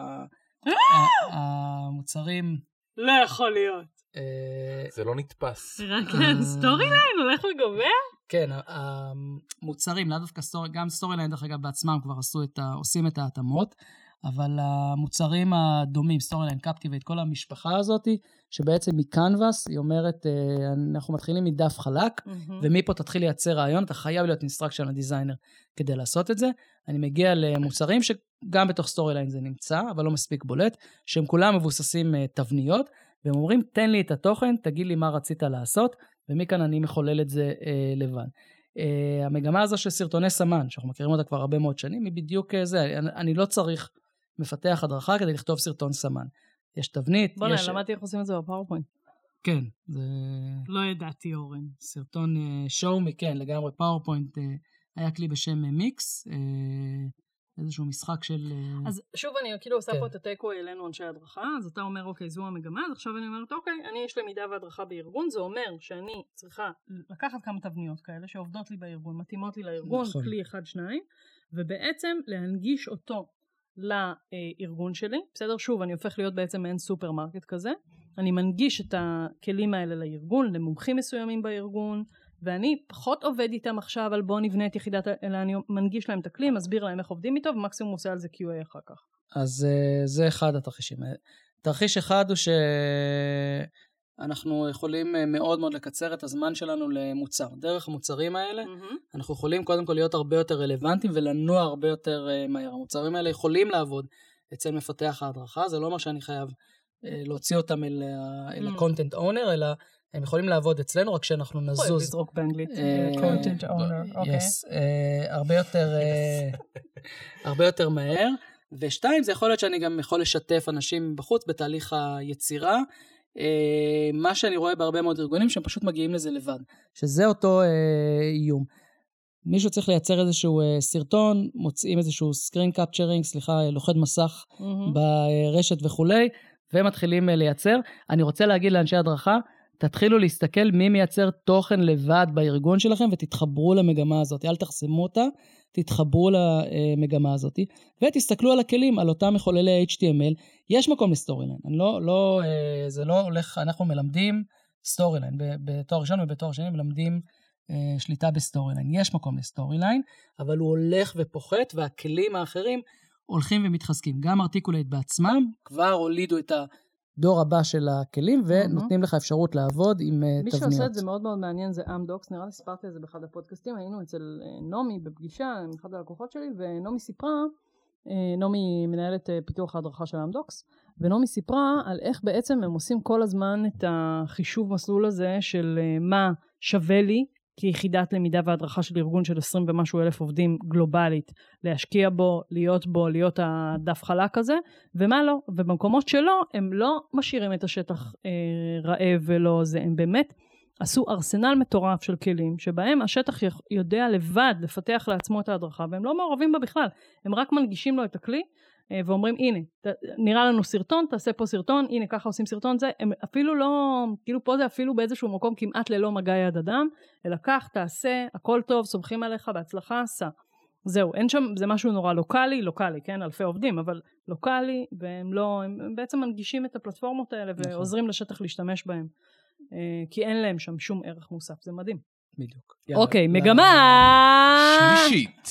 המוצרים... לא יכול להיות. זה לא נתפס. רק סטורי ליין הולך וגובע? כן, המוצרים, לא דווקא גם סטורי ליין דרך אגב בעצמם כבר עושים את ההתאמות, אבל המוצרים הדומים, סטורי ליין, קפטיבייט, כל המשפחה הזאת, שבעצם מקנבס, היא אומרת, אנחנו מתחילים מדף חלק, ומפה תתחיל לייצר רעיון, אתה חייב להיות Instructional Designer כדי לעשות את זה. אני מגיע למוצרים שגם בתוך סטורי ליין זה נמצא, אבל לא מספיק בולט, שהם כולם מבוססים תבניות, והם אומרים, תן לי את התוכן, תגיד לי מה רצית לעשות, ומכאן אני מחולל את זה לבד. המגמה הזו של סרטוני סמן, שאנחנו מכירים אותה כבר הרבה מאוד שנים, היא בדיוק זה, אני לא צריך מפתח הדרכה כדי לכתוב סרטון סמן. יש תבנית. בוא למדתי איך עושים את זה בפאורפוינט. כן. זה... לא ידעתי אורן. סרטון שואומי, כן, לגמרי פאורפוינט, היה כלי בשם מיקס, איזשהו משחק של... אז שוב אני כאילו עושה פה את הטייקווי אלינו אנשי הדרכה, אז אתה אומר אוקיי זו המגמה, אז עכשיו אני אומרת אוקיי, אני יש למידה והדרכה בארגון, זה אומר שאני צריכה לקחת כמה תבניות כאלה שעובדות לי בארגון, מתאימות לי לארגון, כלי 1-2, ובעצם להנגיש אותו לארגון שלי, בסדר? שוב אני הופך להיות בעצם מעין סופרמרקט כזה, אני מנגיש את הכלים האלה לארגון, למומחים מסוימים בארגון, ואני פחות עובד איתם עכשיו על בוא נבנה את יחידת, אלא אני מנגיש להם את הכלי, מסביר להם איך עובדים איתו, ומקסימום עושה על זה QA אחר כך. אז זה אחד התרחישים. תרחיש אחד הוא שאנחנו יכולים מאוד מאוד לקצר את הזמן שלנו למוצר. דרך המוצרים האלה, אנחנו יכולים קודם כל להיות הרבה יותר רלוונטיים, ולנוע הרבה יותר מהר. המוצרים האלה יכולים לעבוד אצל מפתח ההדרכה, זה לא אומר שאני חייב להוציא אותם אל ה-content owner, אלא הם יכולים לעבוד אצלנו, רק שאנחנו נזוז. פה לזרוק באנגלית, content owner, אוקיי. הרבה יותר מהר. ושתיים, זה יכול להיות שאני גם יכול לשתף אנשים בחוץ בתהליך היצירה, מה שאני רואה בהרבה מאוד ארגונים, שהם פשוט מגיעים לזה לבד, שזה אותו איום. מישהו צריך לייצר איזשהו סרטון, מוצאים איזשהו screen capturing, לוחד מסך ברשת וכולי, ומתחילים לייצר. אני רוצה להגיד לאנשי הדרכה, תתחילו להסתכל מי מייצר תוכן לבד בארגון שלכם, ותתחברו למגמה הזאת. אל תחסמו אותה, תתחברו למגמה הזאת, ותסתכלו על הכלים, על אותם מחוללי HTML. יש מקום לסטורי ליין. זה לא הולך, אנחנו מלמדים סטורי ליין. בתואר ראשון ובתואר שני מלמדים שליטה בסטורי ליין. יש מקום לסטורי ליין, אבל הוא הולך ופוחת, והכלים האחרים הולכים ומתחזקים. גם ארטיקולייט בעצמם כבר הולידו את הדור הבא של הכלים, ונותנים לך אפשרות לעבוד עם תבניות. מי שעושה את זה מאוד מאוד מעניין זה אמדוקס, נראה לי סיפרתי את זה באחד הפודקאסטים, היינו אצל נומי בפגישה עם אחד הלקוחות שלי, ונומי סיפרה נעמי מנהלת פיתוח ההדרכה של אמדוקס, ונעמי סיפרה על איך בעצם הם עושים כל הזמן את החישוב מסלול הזה של מה שווה לי, כיחידת למידה והדרכה של ארגון של 20 ומשהו אלף עובדים גלובלית, להשקיע בו, להיות הדף חלק הזה, ומה לא. ובמקומות שלו, הם לא משאירים את השטח רעב ולא זה, הם באמת עשו ארסנל מטורף של כלים, שבהם השטח יודע לבד לפתח לעצמו את ההדרכה, והם לא מעורבים בה בכלל, הם רק מנגישים לו את הכלי, ואומרים, הנה, נראה לנו סרטון, תעשה פה סרטון, הנה, ככה עושים סרטון, זה, הם אפילו לא, כאילו פה זה אפילו באיזשהו מקום כמעט ללא מגע יד אדם, אלא כך, תעשה, הכל טוב, סומכים עליך, בהצלחה, עשה. זהו, אין שם, זה משהו נורא לוקלי, כן, אלפי עובדים, אבל לוקלי, והם לא, הם בעצם מנגישים את הפלטפורמות האלה, ועוזרים לשטח להשתמש בהם, כי אין להם שם שום ערך מוסף, זה מדהים. בדיוק. אוקיי, מגמה שלישית.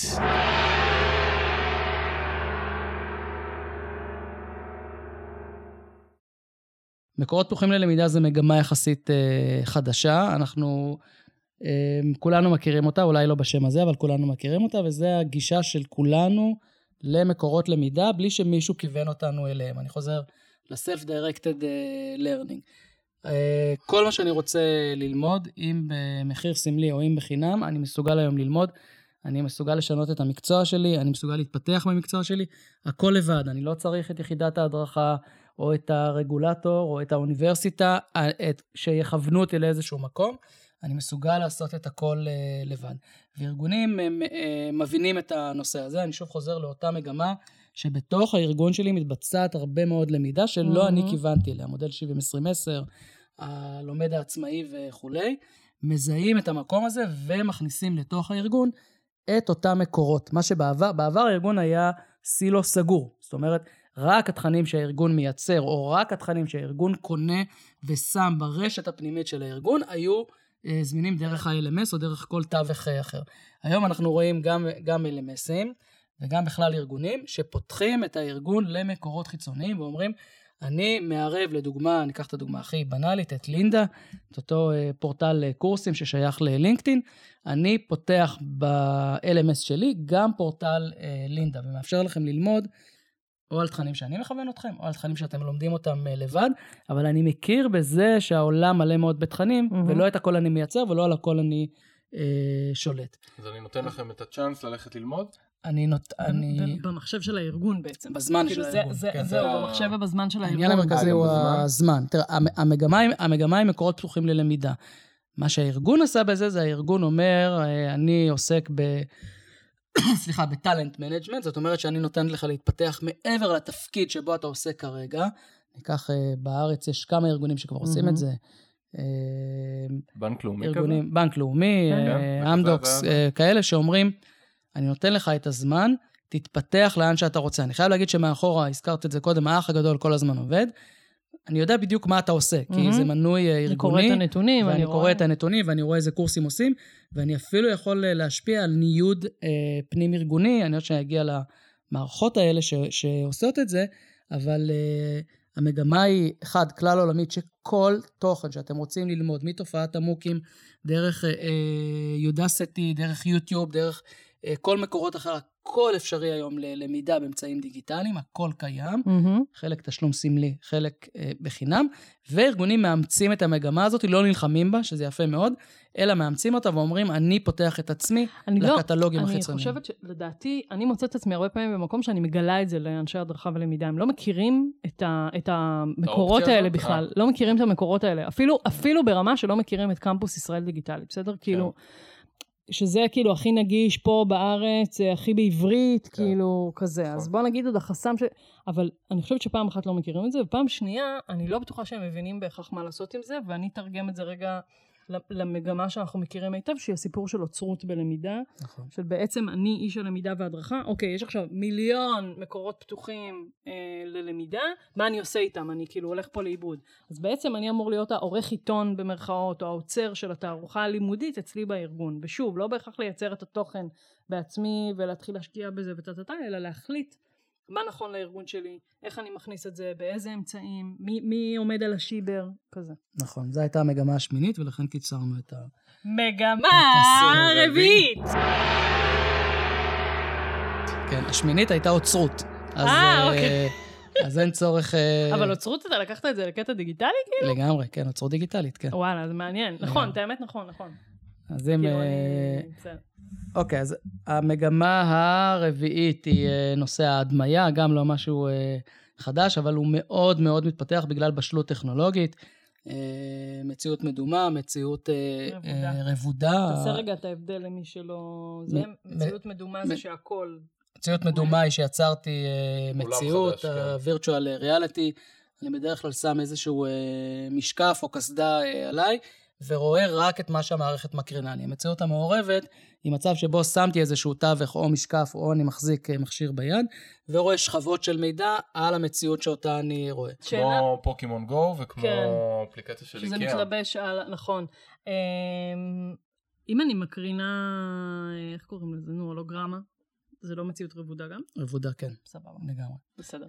מקורות פתוחים ללמידה זה מגמה יחסית חדשה, אנחנו כולנו מכירים אותה, אולי לא בשם הזה, אבל כולנו מכירים אותה, וזה הגישה של כולנו למקורות למידה, בלי שמישהו כיוון אותנו אליהם. אני חוזר ל-self-directed learning. כל מה שאני רוצה ללמוד, אם במחיר סמלי או אם בחינם, אני מסוגל היום ללמוד, אני מסוגל לשנות את המקצוע שלי, אני מסוגל להתפתח במקצוע שלי, הכל לבד, אני לא צריך את יחידת ההדרכה, או את הרגולטור, או את האוניברסיטה, שיכוונו אותי לאיזשהו מקום, אני מסוגל לעשות את הכל לבד. וארגונים מבינים את הנושא הזה, אני שוב חוזר לאותה מגמה, שבתוך הארגון שלי מתבצעת הרבה מאוד למידה, שלא אני כיוונתי אליה, מודל 70-20-10, הלומד העצמאי וכולי, מזהים את המקום הזה, ומכניסים לתוך הארגון את אותם מקורות. מה שבעבר הארגון היה סילו סגור, זאת אומרת, רק התכנים שהארגון מייצר, או רק התכנים שהארגון קונה ושם ברשת הפנימית של הארגון, היו זמינים דרך ה-LMS או דרך כל תווך אחר. היום אנחנו רואים גם LMSים, וגם בכלל ארגונים, שפותחים את הארגון למקורות חיצוניים, ואומרים, אני מערב לדוגמה, אני אקח את הדוגמה הכי בנאלית, את לינדה, את אותו פורטל קורסים ששייך ללינקדאין, אני פותח ב-LMS שלי גם פורטל לינדה, ומאפשר לכם ללמוד, או על תכנים שאני מכוון אתכם, או על תכנים שאתם לומדים אותם לבד, אבל אני מכיר בזה שהעולם מלא מאוד בתכנים, ולא את הכל אני מייצר, ולא על הכל אני שולט. אז אני נותן לכם את הצ'אנס ללכת ללמוד? במחשב של הארגון בעצם. בזמן של הארגון. זהו, במחשב ובזמן של הארגון. העניין המרכזי הוא הזמן. תראה, המגמה היא מקורות פתוחים ללמידה. מה שהארגון עשה בזה, זה הארגון אומר, אני עוסק בטלנט מנג'מנט, זאת אומרת שאני נותן לך להתפתח מעבר לתפקיד שבו אתה עושה כרגע. ניקח בארץ, יש כמה ארגונים שכבר עושים את זה. בנק לאומי כזה? בנק לאומי, אמדוקס, כאלה שאומרים, אני נותן לך את הזמן, תתפתח לאן שאתה רוצה. אני חייב להגיד שמאחורה, הזכרת את זה קודם, האח הגדול כל הזמן עובד, אני יודע בדיוק מה אתה עושה, כי זה מנוי ארגוני, אני קורא את הנתונים, ואני קורא את הנתונים, ואני רואה איזה קורסים עושים, ואני אפילו יכול להשפיע על ניוד פנים ארגוני, אני יודעת שאני אגיע למערכות האלה שעושות את זה, אבל המגמה היא, אחד, כלל עולמית, שכל תוכן שאתם רוצים ללמוד, מתופעת המוקים, דרך יודסטי, דרך יוטיוב, דרך כל מקורות אחר, הכל אפשרי היום ללמידה באמצעים דיגיטליים, הכל קיים, חלק תשלום סמלי, חלק בחינם, וארגונים מאמצים את המגמה הזאת, לא נלחמים בה, שזה יפה מאוד, אלא מאמצים אותה ואומרים, אני פותח את עצמי לקטלוגים החיצוניים. אני חושבת שלדעתי, אני מוצאת את עצמי הרבה פעמים במקום שאני מגלה את זה לאנשי הדרכה ולמידה, הם לא מכירים את המקורות האלה בכלל, לא מכירים את המקורות האלה, אפילו ברמה שלא מכירים את קמפוס ישראל דיגיטלי, בסדר? כאילו, שזה כאילו הכי נגיש פה בארץ, הכי בעברית, כאילו כזה. אז בוא נגיד עוד החסם אבל אני חושבת שפעם אחת לא מכירים את זה, ופעם שנייה, אני לא בטוחה שהם מבינים בהכרח מה לעשות עם זה, ואני אתרגם את זה רגע למגמה שאנחנו מכירים היטב, שהיא הסיפור של אוצרות בלמידה, של בעצם אני איש הלמידה והדרכה, אוקיי, יש עכשיו 1,000,000 מקורות פתוחים ללמידה, מה אני עושה איתם? אני כאילו הולך פה לאיבוד. אז בעצם אני אמור להיות העורך עיתון במרכאות, או האוצר של התערוכה הלימודית אצלי בארגון, ושוב, לא בהכרח לייצר את התוכן בעצמי, ולהתחיל להשקיע בזה ותתתה, אלא להחליט מה נכון לארגון שלי, איך אני מכניס את זה, באיזה אמצעים, מי עומד על השיבר, כזה. נכון, זו הייתה המגמה השמינית, ולכן קיצרנו את מגמה רביעית! כן, השמינית הייתה אוצרות. אוקיי. אז אין צורך... אבל אוצרות, אתה לקחת את זה לקטע דיגיטלי, כאילו? לגמרי, כן, אוצרות דיגיטלית, כן. וואלה, זה מעניין. נכון, את האמת נכון. אז אם... אוקיי, אז המגמה הרביעית היא נושא ההדמיה, גם לא משהו חדש, אבל הוא מאוד מאוד מתפתח בגלל בשלות טכנולוגית. מציאות מדומה, מציאות רבודה. תעשה רגע את ההבדל למי שלא... זה מציאות מדומה זה שהכל... מציאות מדומה היא שיצרתי מציאות, virtual reality. אני בדרך כלל שם איזשהו משקף או כסדה עליי, ורואה רק את מה שהמערכת מקרינה לי. המציאות המעורבת היא מצב שבו שמתי איזשהו תווך או משקף, או אני מחזיק מכשיר ביד, ורואה שכבות של מידע על המציאות שאותה אני רואה. כמו פוקימון גו וכמו אפליקציה של איקאה. שזה מתלבש על... נכון. אם אני מקרינה, איך קוראים לזה? הולוגרמה. זה לא מציאות רבודה גם? רבודה, כן. סבבה. לגמרי. בסדר.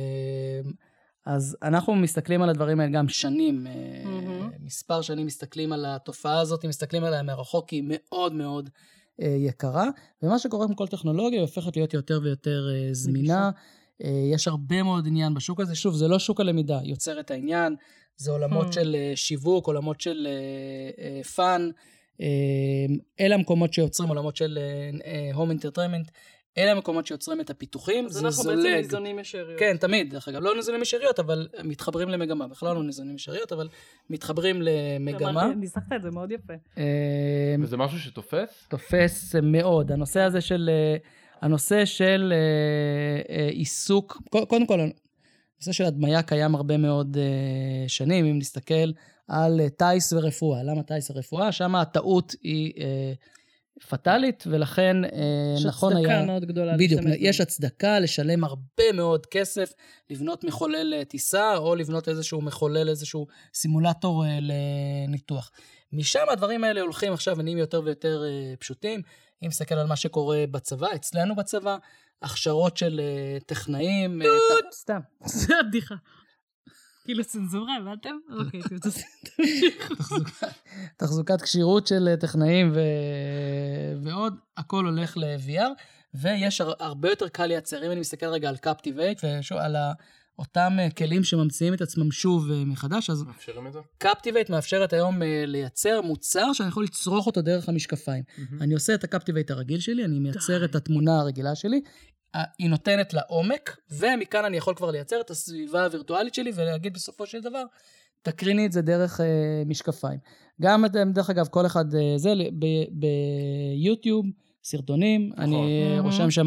אז אנחנו מסתכלים על הדברים האלה גם שנים, מספר שנים מסתכלים על התופעה הזאת, מסתכלים עליה מרחוק, היא מאוד מאוד יקרה, ומה שקורה עם כל טכנולוגיה, היא הופכת להיות יותר ויותר זמינה, יש הרבה מאוד עניין בשוק הזה, שוב, זה לא שוק הלמידה, יוצר את העניין, זה עולמות של שיווק, עולמות של פאן, אלה המקומות שיוצרים עולמות של home entertainment, אלה המקומות שיוצרים את הפיתוחים, זה אנחנו בעצם ניזונים ישריות. כן, תמיד, דרך אגב, לא ניזונים ישריות, אבל מתחברים למגמה, בכלל לא ניזונים ישריות, אבל מתחברים למגמה. ניסחת את זה מאוד יפה. וזה משהו שתופס? תופס מאוד. הנושא של עיסוק, קודם כל, הנושא של הדמיה קיים הרבה מאוד שנים, אם נסתכל על טייס ורפואה. למה טייס ורפואה? שם הטעות היא פטלית, ולכן נכון היה... יש הצדקה מאוד גדולה. בדיוק, יש הצדקה לשלם הרבה מאוד כסף, לבנות מחולל טיסה, או לבנות איזשהו מחולל, איזשהו סימולטור לניתוח. משם הדברים האלה הולכים עכשיו ונהיים יותר ויותר פשוטים. אם נסתכל על מה שקורה בצבא, אצלנו בצבא, הכשרות של טכנאים... סתם, זה הבדיחה. כאילו צנזורה, הבנתם? אוקיי, תחזוקת כשירות של טכנאים ועוד, הכל הולך ל-VR, ויש הרבה יותר קל לייצר, אם אני מסתכל רגע על Captivate, ושוב, על אותם כלים שממציאים את עצמם שוב מחדש, אז Captivate מאפשרת היום לייצר מוצר שאני יכול לצרוך אותו דרך המשקפיים. אני עושה את ה-Captivate הרגיל שלי, אני מייצר את התמונה הרגילה שלי, היא נותנת לה עומק, ומכאן אני יכול כבר לייצר את הסביבה הווירטואלית שלי, ולהגיד בסופו של דבר, תקריני את זה דרך משקפיים. גם, דרך אגב, כל אחד זה, ביוטיוב, סרטונים, אני רושם שם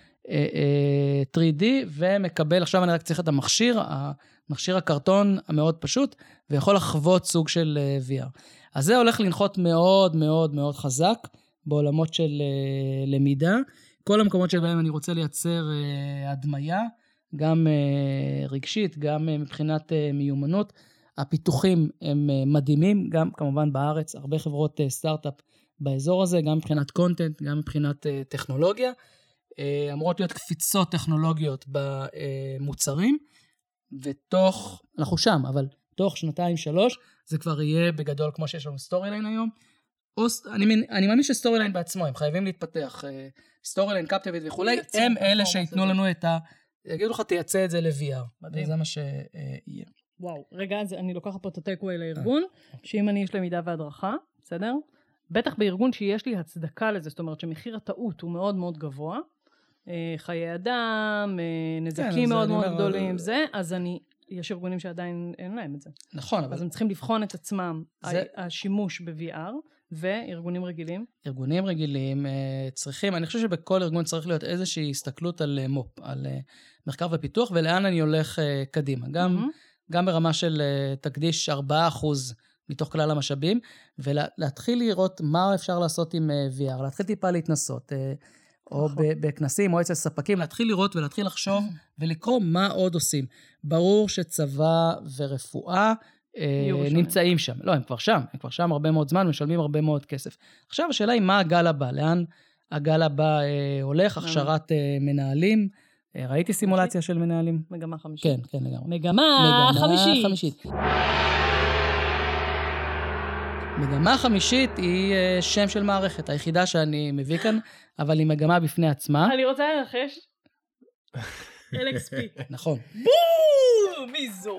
3D, ומקבל, עכשיו אני רק צריך את המכשיר הקרטון המאוד פשוט, ויכול לחוות סוג של VR. אז זה הולך לנחות מאוד מאוד מאוד חזק, בעולמות של למידה, כל המקומות שבהם אני רוצה לייצר הדמיה, גם רגשית, גם מבחינת מיומנות. הפיתוחים הם מדהימים, גם כמובן בארץ, הרבה חברות סטארט-אפ באזור הזה, גם מבחינת קונטנט, גם מבחינת טכנולוגיה. אמורות להיות קפיצות טכנולוגיות במוצרים, אנחנו שם, אבל תוך 2-3, זה כבר יהיה בגדול כמו שיש לנו סטורי-ליין היום. אני מאמין שסטורי-ליין בעצמו, הם חייבים להתפתח, סטורי-ליין, Captivate וכולי, הם אלה שיתנו לנו יגידו לך, תייצא את זה ל-VR. זה מה שיהיה. וואו, רגע, אני לוקחת פה את הטייק-ווי לארגון, שאם אני יש למידה והדרכה, בסדר? בטח בארגון שיש לי הצדקה לזה, זאת אומרת שמחיר הטעות הוא מאוד מאוד גבוה, חיי אדם, נזקים מאוד מאוד גדולים, אז יש ארגונים שעדיין אין להם את זה. נכון. אז הם צריכים לבחון את עצמם, השימוש ב-VR, וארגונים רגילים? ארגונים רגילים צריכים, אני חושב שבכל ארגון צריך להיות איזושהי הסתכלות על מו"פ, על מחקר ופיתוח, ולאן אני הולך קדימה. גם ברמה של תקדיש 4% מתוך כלל המשאבים, ולהתחיל לראות מה אפשר לעשות עם VR, להתחיל טיפה להתנסות, או בכנסים או אצל ספקים, להתחיל לראות ולהתחיל לחשוב ולקרוא מה עוד עושים. ברור שצבא ורפואה נמצאים שם. לא, הם כבר שם הרבה מאוד זמן, משלמים הרבה מאוד כסף. עכשיו השאלה היא מה הגל הבא, לאן הגל הבא הולך, הכשרת מנהלים. ראיתי סימולציה של מנהלים? מגמה חמישית. כן, לגמרי. מגמה חמישית. מגמה חמישית היא שם של מערכת, היחידה שאני מביא כאן, אבל היא מגמה בפני עצמה. אני רוצה לנחש. LXP. נכון. בום! מי זו?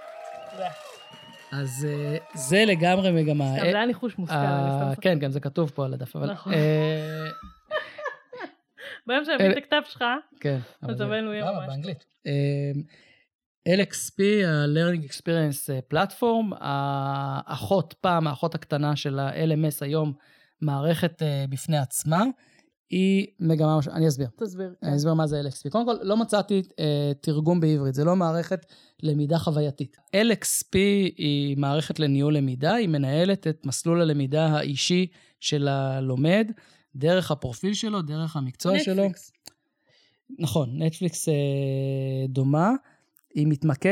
אז זה לגמרי מגמה. סתם, זה היה ניחוש מושכל. כן, גם זה כתוב פה על הדף. נכון. ביום שאני מביא את הכתב שלך, כן. מצבנו יהיה ממש. באנגלית. LXP, ה-Learning Experience Platform, האחות הקטנה של ה-LMS היום, מערכת בפני עצמה, היא מגמה, אני אסביר. תסביר. אני אסביר מה זה LXP. קודם כל, לא מצאתי תרגום בעברית, זה לא מערכת למידה חווייתית. LXP היא מערכת לניהול למידה, היא מנהלת את מסלול הלמידה האישי של הלומד, דרך הפרופיל שלו, דרך המקצוע שלו. נטפליקס. נכון, נטפליקס דומה. היא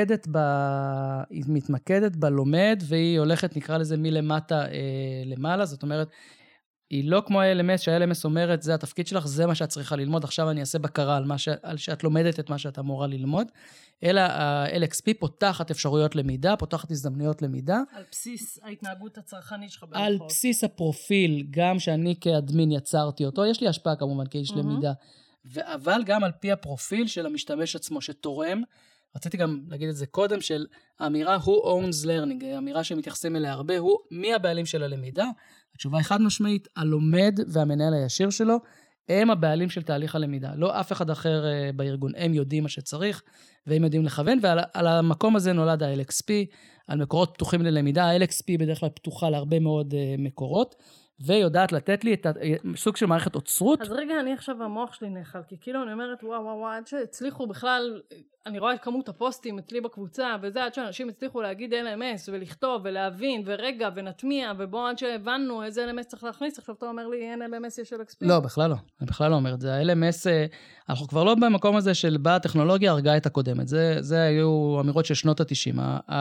מתמקדת בלומד, והיא הולכת, נקרא לזה, מלמטה למעלה. זאת אומרת, היא לא כמו ה-LMS, שה-LMS אומרת, זה התפקיד שלך, זה מה שאת צריכה ללמוד, עכשיו אני אעשה בקרה על שאת לומדת את מה שאת אמורה ללמוד, אלא ה-LXP פותחת אפשרויות למידה, פותחת הזדמנויות למידה. על בסיס ההתנהגות הצרכנית שלך. על בסיס הפרופיל, גם שאני כאדמין יצרתי אותו, יש לי השפעה כמובן כאיש למידה, אבל גם על פי הפרופיל של המשתמש עצמו שתורם, רציתי גם להגיד את זה קודם, של האמירה who owns learning, האמירה שמתייחסים אליה הרבה, הוא מי הבעלים של הלמידה. התשובה היא חד משמעית, הלומד והמנהל הישיר שלו, הם הבעלים של תהליך הלמידה. לא אף אחד אחר בארגון, הם יודעים מה שצריך, והם יודעים לכוון, ועל המקום הזה נולד ה-LXP, על מקורות פתוחים ללמידה, ה-LXP בדרך כלל פתוחה להרבה מאוד מקורות, ויודעת לתת לי את סוג של מערכת אוצרות. אז רגע, אני עכשיו המוח שלי נאכל, כי כאילו אני אומרת, וואו, עד שהצליחו בכלל, אני רואה את כמות הפוסטים אצלי בקבוצה, וזה עד שאנשים הצליחו להגיד LMS, ולכתוב, ולהבין, ורגע, ונטמיע, ובוא עד שהבנו איזה LMS צריך להכניס, עכשיו אתה אומר לי, אין LMS יש LXP? לא, בכלל לא. אני בכלל לא אומר את זה. ה-LMS, אנחנו כבר לא במקום הזה של באה הטכנולוגיה, הרגה את הקודמת. זה היו אמירות של שנות ה-90.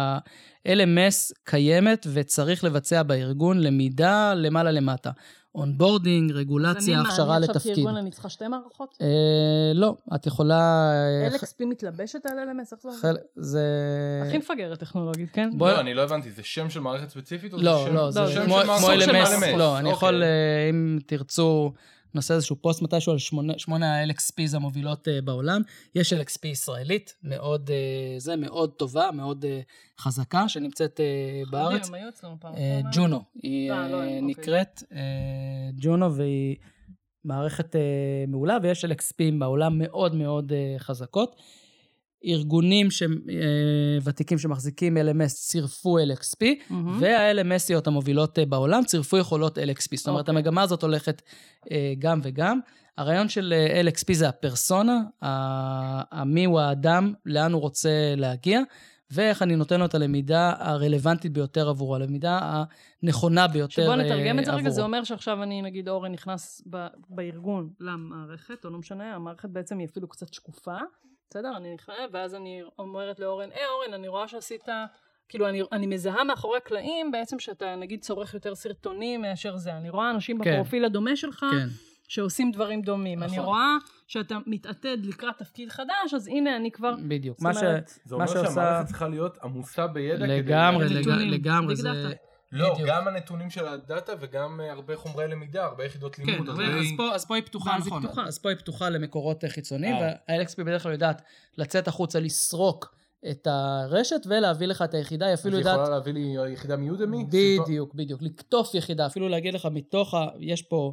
ה-LMS קיימת וצריך לבצע בארגון למידה למעלה למטה. אונבורדינג, רגולציה, הכשרה לתפקיד. אני עכשיו כארגון אני צריכה שתי מערכות? לא, את יכולה... LXP מתלבשת על LMS? איך זה... הכי מפגרת טכנולוגית, כן? לא, אני לא הבנתי, זה שם של מערכת ספציפית? לא, זה שם של LMS. לא, אני יכול, אם תרצו... נעשה איזשהו פוסט מתישהו על 8 ה-LXPs המובילות בעולם. יש LXP ישראלית, מאוד טובה, מאוד חזקה, שנמצאת בארץ. הם היו אצלנו פעם. ג'ונו, היא נקראת ג'ונו, והיא מערכת מעולה, ויש LXPים בעולם מאוד מאוד חזקות. ארגונים ותיקים שמחזיקים LMS צירפו LXP, וה-LMSיות המובילות בעולם צירפו יכולות LXP. זאת אומרת, המגמה הזאת הולכת גם וגם. הרעיון של LXP זה הפרסונה, מי הוא האדם, לאן הוא רוצה להגיע, ואיך אני נותן לו את הלמידה הרלוונטית ביותר עבורו, הלמידה הנכונה ביותר עבורו. שבוא נתרגם את זה רגע, זה אומר שעכשיו אני, נגיד, אורן נכנס בארגון למערכת, או לא משנה, המערכת בעצם היא אפילו קצת שקופה, בסדר? אני נכנס, ואז אני אומרת לאורן, אורן, אני רואה שעשית, כאילו, אני מזהה מאחורי הקלעים, בעצם שאתה, נגיד, צורך יותר סרטונים מאשר זה. אני רואה אנשים בפרופיל הדומה שלך, שעושים דברים דומים. אני רואה שאתה מתעתד לקראת תפקיד חדש, אז הנה, אני כבר... בדיוק. זה אומר שהמערכת צריכה להיות עמוסה בידע. לגמרי. לא, גם הנתונים של הדאטה וגם הרבה חומרי למידה, הרבה יחידות לימוד. אז פה היא פתוחה, נכון. אז פה היא פתוחה למקורות חיצוניים, וה-LXP בדרך כלל יודעת לצאת החוצה, לסרוק את הרשת ולהביא לך את היחידה, היא אפילו יודעת... אז היא יכולה להביא לי יחידה מיודמי? בדיוק. לקטוף יחידה, אפילו להגיד לך מתוך, יש פה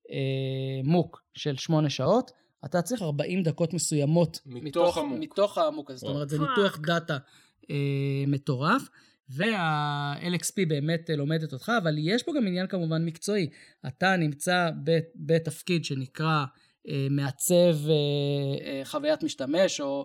מוק של 8 שעות, אתה צריך 40 דקות מסוימות מתוך המוק הזה, זאת אומרת, זה ניתוח דאטה מטורף, וה-LXP באמת לומדת אותך, אבל יש פה גם עניין כמובן מקצועי. אתה נמצא בתפקיד שנקרא מעצב חוויית משתמש, או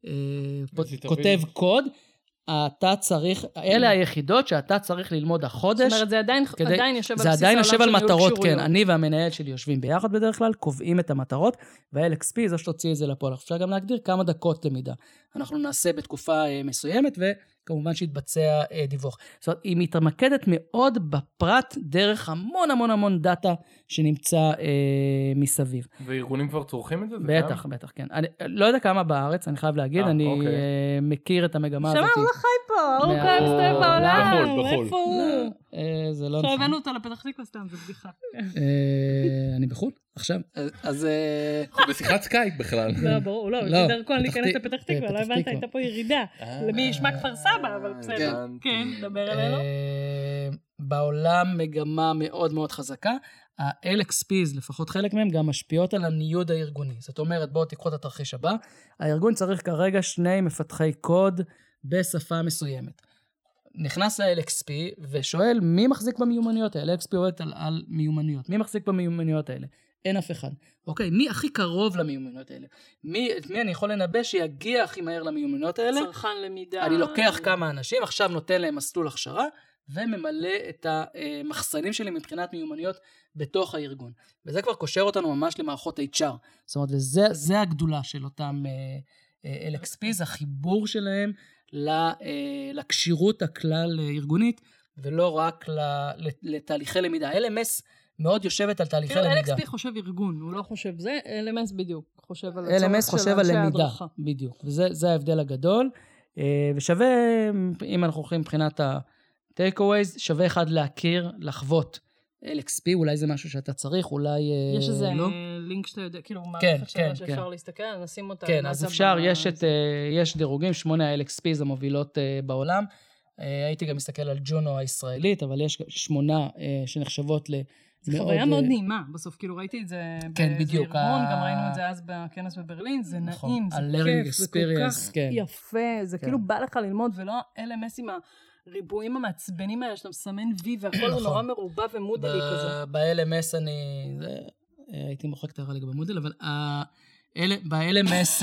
כותב קוד, אתה צריך, אלה היחידות שאתה צריך ללמוד החודש. זאת אומרת, זה עדיין יושב על בסיס העולם של ניהול כשירויות. זה עדיין יושב על מטרות, כן. אני והמנהל שלי יושבים ביחד בדרך כלל, קובעים את המטרות, וה-LXP זו שתוציא את זה לפועל. אפשר גם להגדיר כמה דקות למידה. אנחנו נעשה בתקופה מסוימת, וכמובן שיתבצע דיווח. זאת אומרת, היא מתמקדת מאוד בפרט, דרך המון דאטה שנמצא מסביב. וארגונים כבר צורכים את זה? בטח, כן. אני לא יודע כמה בארץ, אני חייב להגיד, אני מכיר את המגמה הזאת. שמה, הוא לא חי פה, הוא כאן מסתובב בעולם, בחול. איפה הוא? זה לא עכשיו נכון. הבאנו אותה לפתח תקווה סתם, זה בדיחה. אני בחו"ל? עכשיו? אז... אנחנו בשיחת סקייפ בכלל. לא, ברור, לא, לא, דרכון להיכנס לפתח תקווה, לא הבנת, תקווה. הייתה פה ירידה. למי ישמע כפר סבא, אבל בסדר. כן, דבר אלינו. בעולם מגמה מאוד מאוד חזקה. ה-LXPs, לפחות חלק מהם, גם משפיעות על הניוד הארגוני. זאת אומרת, בואו תיקחו את התרחיש הבא. הארגון צריך כרגע 2 מפתחי קוד בשפה מסוימת. נכנס ל-LXP ושואל מי מחזיק במיומנויות האלה. LXP עובדת על מיומנויות. מי מחזיק במיומנויות האלה? אין אף אחד. אוקיי, מי הכי קרוב למיומנויות האלה? את מי אני יכול לנבא שיגיע הכי מהר למיומנויות האלה? צרכן למידה. אני לוקח כמה אנשים, עכשיו נותן להם מסלול הכשרה, וממלא את המחסנים שלי מבחינת מיומנויות בתוך הארגון. וזה כבר קושר אותנו ממש למערכות HR. זאת אומרת, וזה הגדולה של אותם LXPs, החיבור שלהם לקשירות הכלל ארגונית, ולא רק לתהליכי למידה. LMS מאוד יושבת על תהליכי למידה. LXP חושב ארגון, הוא לא חושב זה, LMS בדיוק חושב על LMS חושב על למידה, בדיוק. וזה ההבדל הגדול. ושווה, אם אנחנו הולכים מבחינת ה-takeaways, שווה אחד להכיר, לחוות LXP, אולי זה משהו שאתה צריך, אולי יש איזה לא. לינק שאתה יודע, כאילו מערכת שלה שאפשר להסתכל, נשים אותה. כן, אז אפשר, יש דירוגים, 8 ה-LXPs המובילות בעולם. הייתי גם מסתכל על ג'ונו הישראלית, אבל יש 8 שנחשבות זה חוויה מאוד נעימה, בסוף כאילו ראיתי את זה באיזה ארגון, גם ראינו את זה אז בכנס בברלין, זה נעים, זה כיף, זה כל כך יפה, זה כאילו בא לך ללמוד, ולא LMS עם הריבועים המעצבנים האלה, שאתה מסמן וי, והכל הוא נורא מרובע ומודלי כזה. ב-LMS הייתי מוחק את הרליג במודל, אבל ב-LMS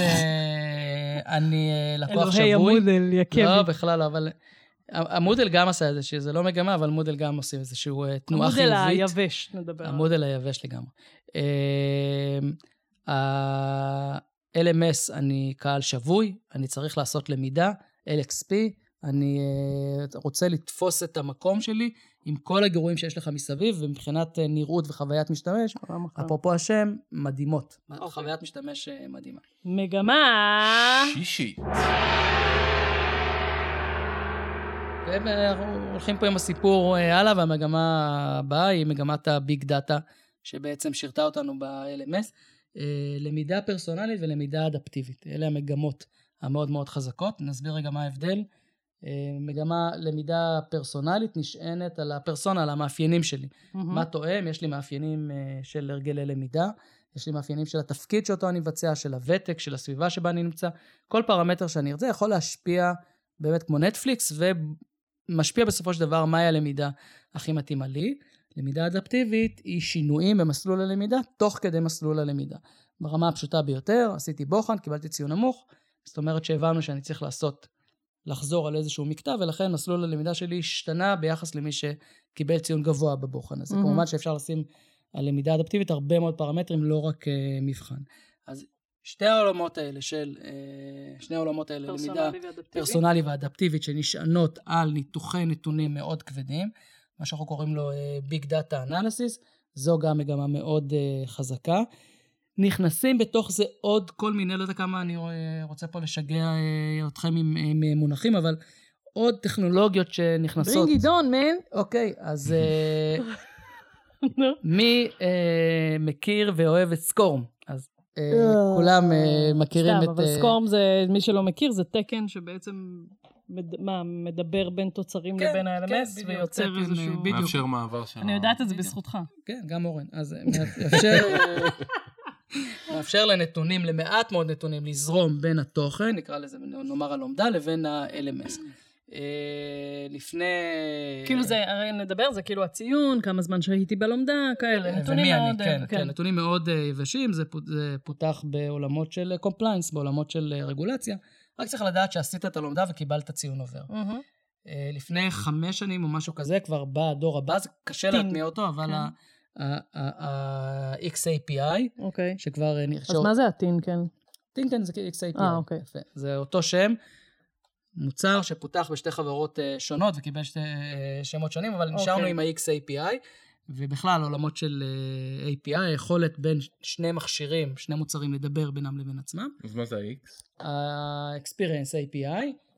אני לקוח שבוי. אלוהי המודל, יקבי. לא, בכלל לא, אבל המודל גם עשה איזה שזה לא מגמה, אבל מודל גם עושה איזשהו תנועה חיובית. המודל היבש, נדבר. המודל היבש לגמרי. ה-LMS אני קהל שבוי, אני צריך לעשות למידה, LXP, אני רוצה לתפוס את המקום שלי עם כל הגירויים שיש לך מסביב, ומבחינת נראות וחוויית משתמש, אפרופו השם, מדהימות. חוויית משתמש מדהימה. מגמה שישית. ואנחנו הולכים פה עם הסיפור הלאה, והמגמה הבאה היא מגמת הביג דאטה, שבעצם שירתה אותנו ב-LMS, למידה פרסונלית ולמידה אדפטיבית. אלה המגמות המאוד מאוד חזקות. נסביר רגע מה ההבדל. מגמה למידה פרסונלית נשענת על הפרסונה, על המאפיינים שלי. מה תואם? יש לי מאפיינים של הרגלי למידה, יש לי מאפיינים של התפקיד שאותו אני מבצע, של הוותק, של הסביבה שבה אני נמצא. כל פרמטר שאני ארצה יכול להשפיע באמת כמו נטפליקס, ומשפיע בסופו של דבר מהי הלמידה הכי מתאימה לי. למידה אדפטיבית היא שינויים במסלול הלמידה, תוך כדי מסלול הלמידה. ברמה הפשוטה ביותר, עשיתי בוחן, קיבלתי ציון נמוך, זאת אומרת שהבנו שאני צריך לחזור על איזשהו מקטע, ולכן מסלול הלמידה שלי השתנה ביחס למי שקיבל ציון גבוה בבוחן הזה. כמובן שאפשר לשים על למידה אדפטיבית הרבה מאוד פרמטרים, לא רק מבחן. אז שני העולמות האלה, למידה פרסונלי ואדפטיבית, שנשענות על ניתוחי נתונים מאוד כבדים, מה שאנחנו קוראים לו ביג דאטה אנליסיס, זו גם מגמה מאוד חזקה. נכנסים בתוך זה עוד כל מיני, לא יודע כמה אני רוצה פה לשגע אתכם עם מונחים, אבל עוד טכנולוגיות שנכנסות. Bring it on, man. אוקיי, אז מי מכיר ואוהב את סקורם? אז כולם מכירים את... סתם, אבל סקורם זה, מי שלא מכיר, זה תקן שבעצם מדבר בין תוצרים לבין ה-LMS, ויוצר איזשהו... מאפשר מעבר של... אני יודעת את זה בזכותך. כן, גם אורן. אז מאפשר לנתונים, למעט מאוד נתונים, לזרום בין התוכן, נקרא לזה, נאמר הלומדה, לבין ה-LMS. לפני... כאילו זה, הרי נדבר, זה כאילו הציון, כמה זמן שהייתי בלומדה, כאלה, נתונים מאוד... כן, נתונים מאוד יבשים, זה פותח בעולמות של קומפליינס, בעולמות של רגולציה, רק צריך לדעת שעשית את הלומדה וקיבלת ציון עובר. לפני 5 שנים או משהו כזה, כבר בא הדור הבא, זה קשה להטמיע אותו, אבל ה-XAPI, שכבר... אז מה זה הטינקן? טינקן זה XAPI. אוקיי. זה אותו שם, מוצר שפותח בשתי חברות שונות, וקיבל 2 שמות שונים, אבל נשארנו עם ה-XAPI, ובכלל עולמות של API, היכולת בין 2 מכשירים, 2 מוצרים לדבר בינם לבין עצמם. אז מה זה ה-X? ה-Experience API,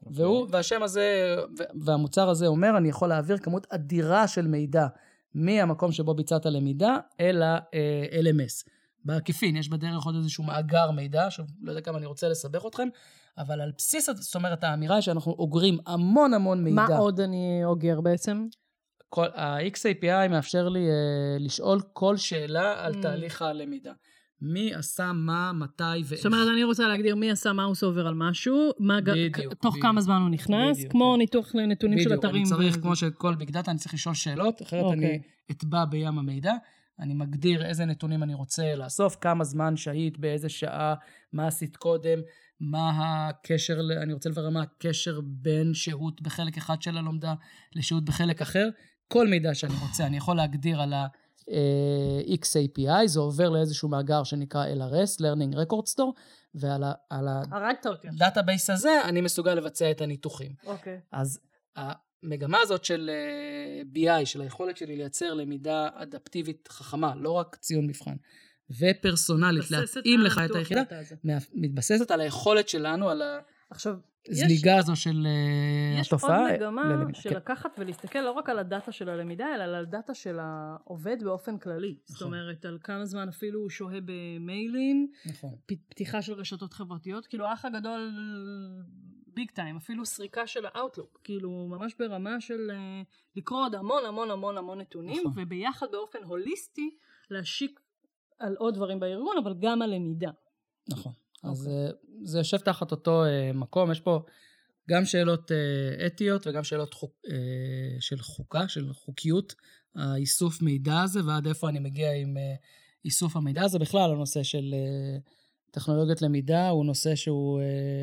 והשם הזה, והמוצר הזה אומר, אני יכול להעביר כמות אדירה של מידע מהמקום שבו ביצעת למידה אל ה-LMS. בעקיפין, יש בדרך עוד איזשהו מאגר מידע, שלא יודע כמה אני רוצה לסבך אתכם, אבל על בסיס, זאת אומרת, האמירה היא שאנחנו אוגרים המון המון מידע. מה עוד אני אוגר בעצם? ה-XAPI מאפשר לי לשאול כל שאלה על תהליך הלמידה. מי עשה מה, מתי ואיך. זאת אומרת, אני רוצה להגדיר מי עשה מאוס עובר על משהו, תוך כמה זמן הוא נכנס, כמו ניתוח לנתונים של אתרים. אני צריך, כמו שכל ביג דאטה, אני צריך לשאול שאלות, אחרת אני אטבע בים המידע. אני מגדיר איזה נתונים אני רוצה לאסוף, כמה זמן שהית, באיזה שעה, מה עשית קודם, מה הקשר, אני רוצה לברר מה הקשר בין שהות בחלק אחד של הלומדה לשהות בחלק אחר. כל מידע שאני רוצה, אני יכול להגדיר על ה-XAPI, זה עובר לאיזשהו מאגר שנקרא LRS, Learning Record Store, ועל הדאטאבייס הזה אני מסוגל לבצע את הניתוחים. אז המגמה הזאת של BI, של היכולת שלי לייצר למידה אדפטיבית חכמה, לא רק ציון מבחן, ופרסונלית, להתאים לך את היחידה, מתבססת על היכולת שלנו, על הזליגה הזו של התופעה. יש עוד מגמה של לקחת ולהסתכל לא רק על הדאטה של הלמידה, אלא על הדאטה של העובד באופן כללי. זאת אומרת, על כמה זמן אפילו הוא שוהה במיילים, פתיחה של רשתות חברתיות, כאילו האח הגדול ביג טיים, אפילו סריקה של האוטלוק, כאילו ממש ברמה של לקרוא עוד המון המון המון המון נתונים, וביחד באופן הוליסטי להשיק על עוד דברים בארגון, אבל גם על למידה. נכון. אז זה יושב תחת אותו מקום, יש פה גם שאלות אתיות וגם שאלות של חוקה, של חוקיות, האיסוף מידע הזה, ועד איפה אני מגיע עם איסוף המידע הזה. בכלל, הנושא של טכנולוגיות למידה הוא נושא שהוא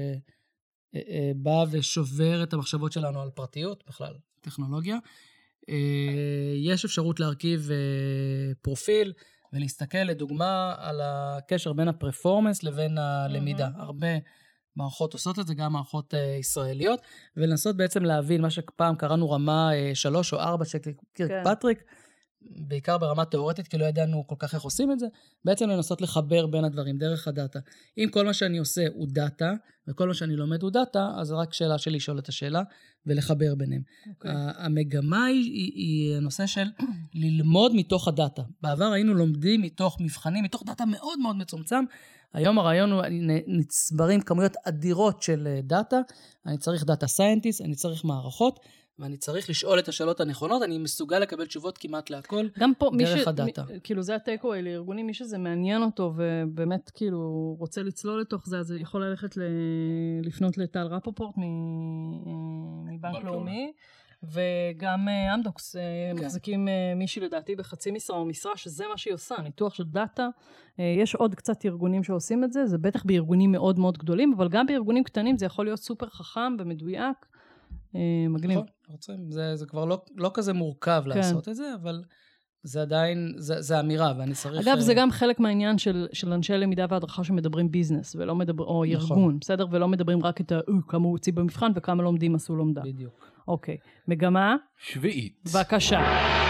בא ושובר את המחשבות שלנו על פרטיות, בכלל, טכנולוגיה. יש אפשרות להרכיב פרופיל, ולהסתכל לדוגמה על הקשר בין הפרפורמנס לבין הלמידה. הרבה מערכות עושות את זה, גם מערכות ישראליות, ולנסות בעצם להבין מה שפעם קראנו רמה 3 או 4 של קירקפטריק, בעיקר ברמה תיאורטית, כי לא ידענו כל כך איך עושים את זה, בעצם לנסות לחבר בין הדברים דרך הדאטה. אם כל מה שאני עושה הוא דאטה, וכל מה שאני לומד הוא דאטה, אז רק שאלה שלי לשאול את השאלה, ולחבר ביניהם. המגמה היא הנושא של ללמוד מתוך הדאטה. בעבר היינו לומדים מתוך מבחנים, מתוך דאטה מאוד מאוד מצומצם. היום הרעיון הוא, נצברים כמויות אדירות של דאטה, אני צריך דאטה סיינטיסט, אני צריך מערכות, ואני צריך לשאול את השאלות הנכונות, אני מסוגל לקבל תשובות כמעט להכל דרך הדאטה. כאילו זה הטייק-אווי לארגונים, מי שזה מעניין אותו, ובאמת כאילו רוצה לצלול לתוך זה, אז יכול ללכת לפנות לטל רפופורט מבנק לאומי, וגם אמדוקס מחזיקים מישהי לדעתי בחצי משרה או משרה, שזה מה שהיא עושה, ניתוח של דאטה. יש עוד קצת ארגונים שעושים את זה, זה בטח בארגונים מאוד מאוד גדולים, אבל גם בארגונים קטנים זה יכול להיות סופר חכם ומדויק. מגניב. זה כבר לא כזה מורכב לעשות את זה, אבל זה עדיין, זה אמירה, ואני צריך... אגב, זה גם חלק מהעניין של אנשי למידה והדרכה שמדברים ביזנס, או ארגון, בסדר? ולא מדברים רק את כמה הוא הוציא במבחן, וכמה לומדים עשו לומדה. בדיוק. אוקיי. מגמה? שביעית. בבקשה.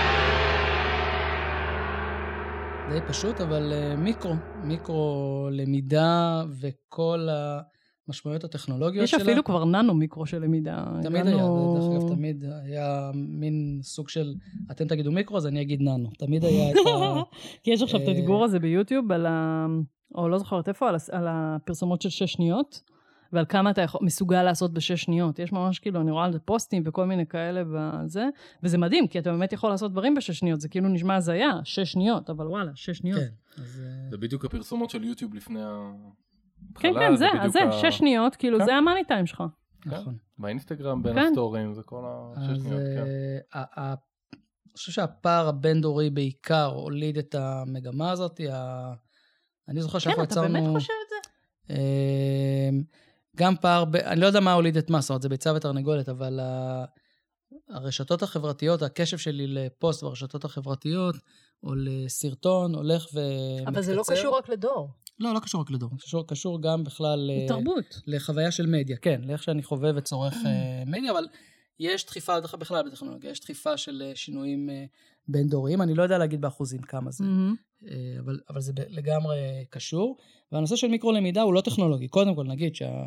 די פשוט, אבל מיקרו למידה וכל המשמעויות הטכנולוגיות שלה. יש אפילו כבר ננו מיקרו של למידה. תמיד היה, דרך אגב, תמיד היה מין סוג של, אתם תגידו מיקרו, אז אני אגיד ננו. תמיד היה את כי יש עכשיו את הדיבור הזה ביוטיוב, או לא זוכרת איפה, על הפרסומות של 6 שניות, ועל כמה אתה מסוגל לעשות ב6 שניות. יש ממש כאילו, אני רואה על זה פוסטים וכל מיני כאלה בזה, וזה מדהים, כי אתה באמת יכול לעשות דברים ב6 שניות, זה כאילו נשמע הזיה, 6 שניות, אבל וואלה, 6 שניות. זה בדיוק הפרסומות של יוטיוב לפני כן, כן, זה 6 שניות, כאילו זה המאני טיים שלך. נכון. באינסטגרם, בין הסטורים, זה כל 6 שניות, כן. אני חושב שהפער הבין-דורי בעיקר הוליד את המגמה הזאת, אני זוכר שאנחנו יצרנו... כן, אתה באמת חושב את זה? גם פער, אני לא יודע מה הוליד את מה, זאת אומרת, זה ביצה ותרנגולת, אבל הרשתות החברתיות, הקשב שלי לפוסט ברשתות החברתיות, או לסרטון, הולך ומתקצר. אבל זה לא קשור רק לדור. לא קשור רק לדור. קשור גם בכלל... לתרבות. לחוויה של מדיה, כן, לאיך שאני חווה וצורך מדיה, אבל יש דחיפה בכלל בטכנולוגיה, יש דחיפה של שינויים בין דוריים, אני לא יודע להגיד באחוזים כמה זה, אבל זה לגמרי קשור, והנושא של מיקרו למידה הוא לא טכנולוגי. קודם כל נגיד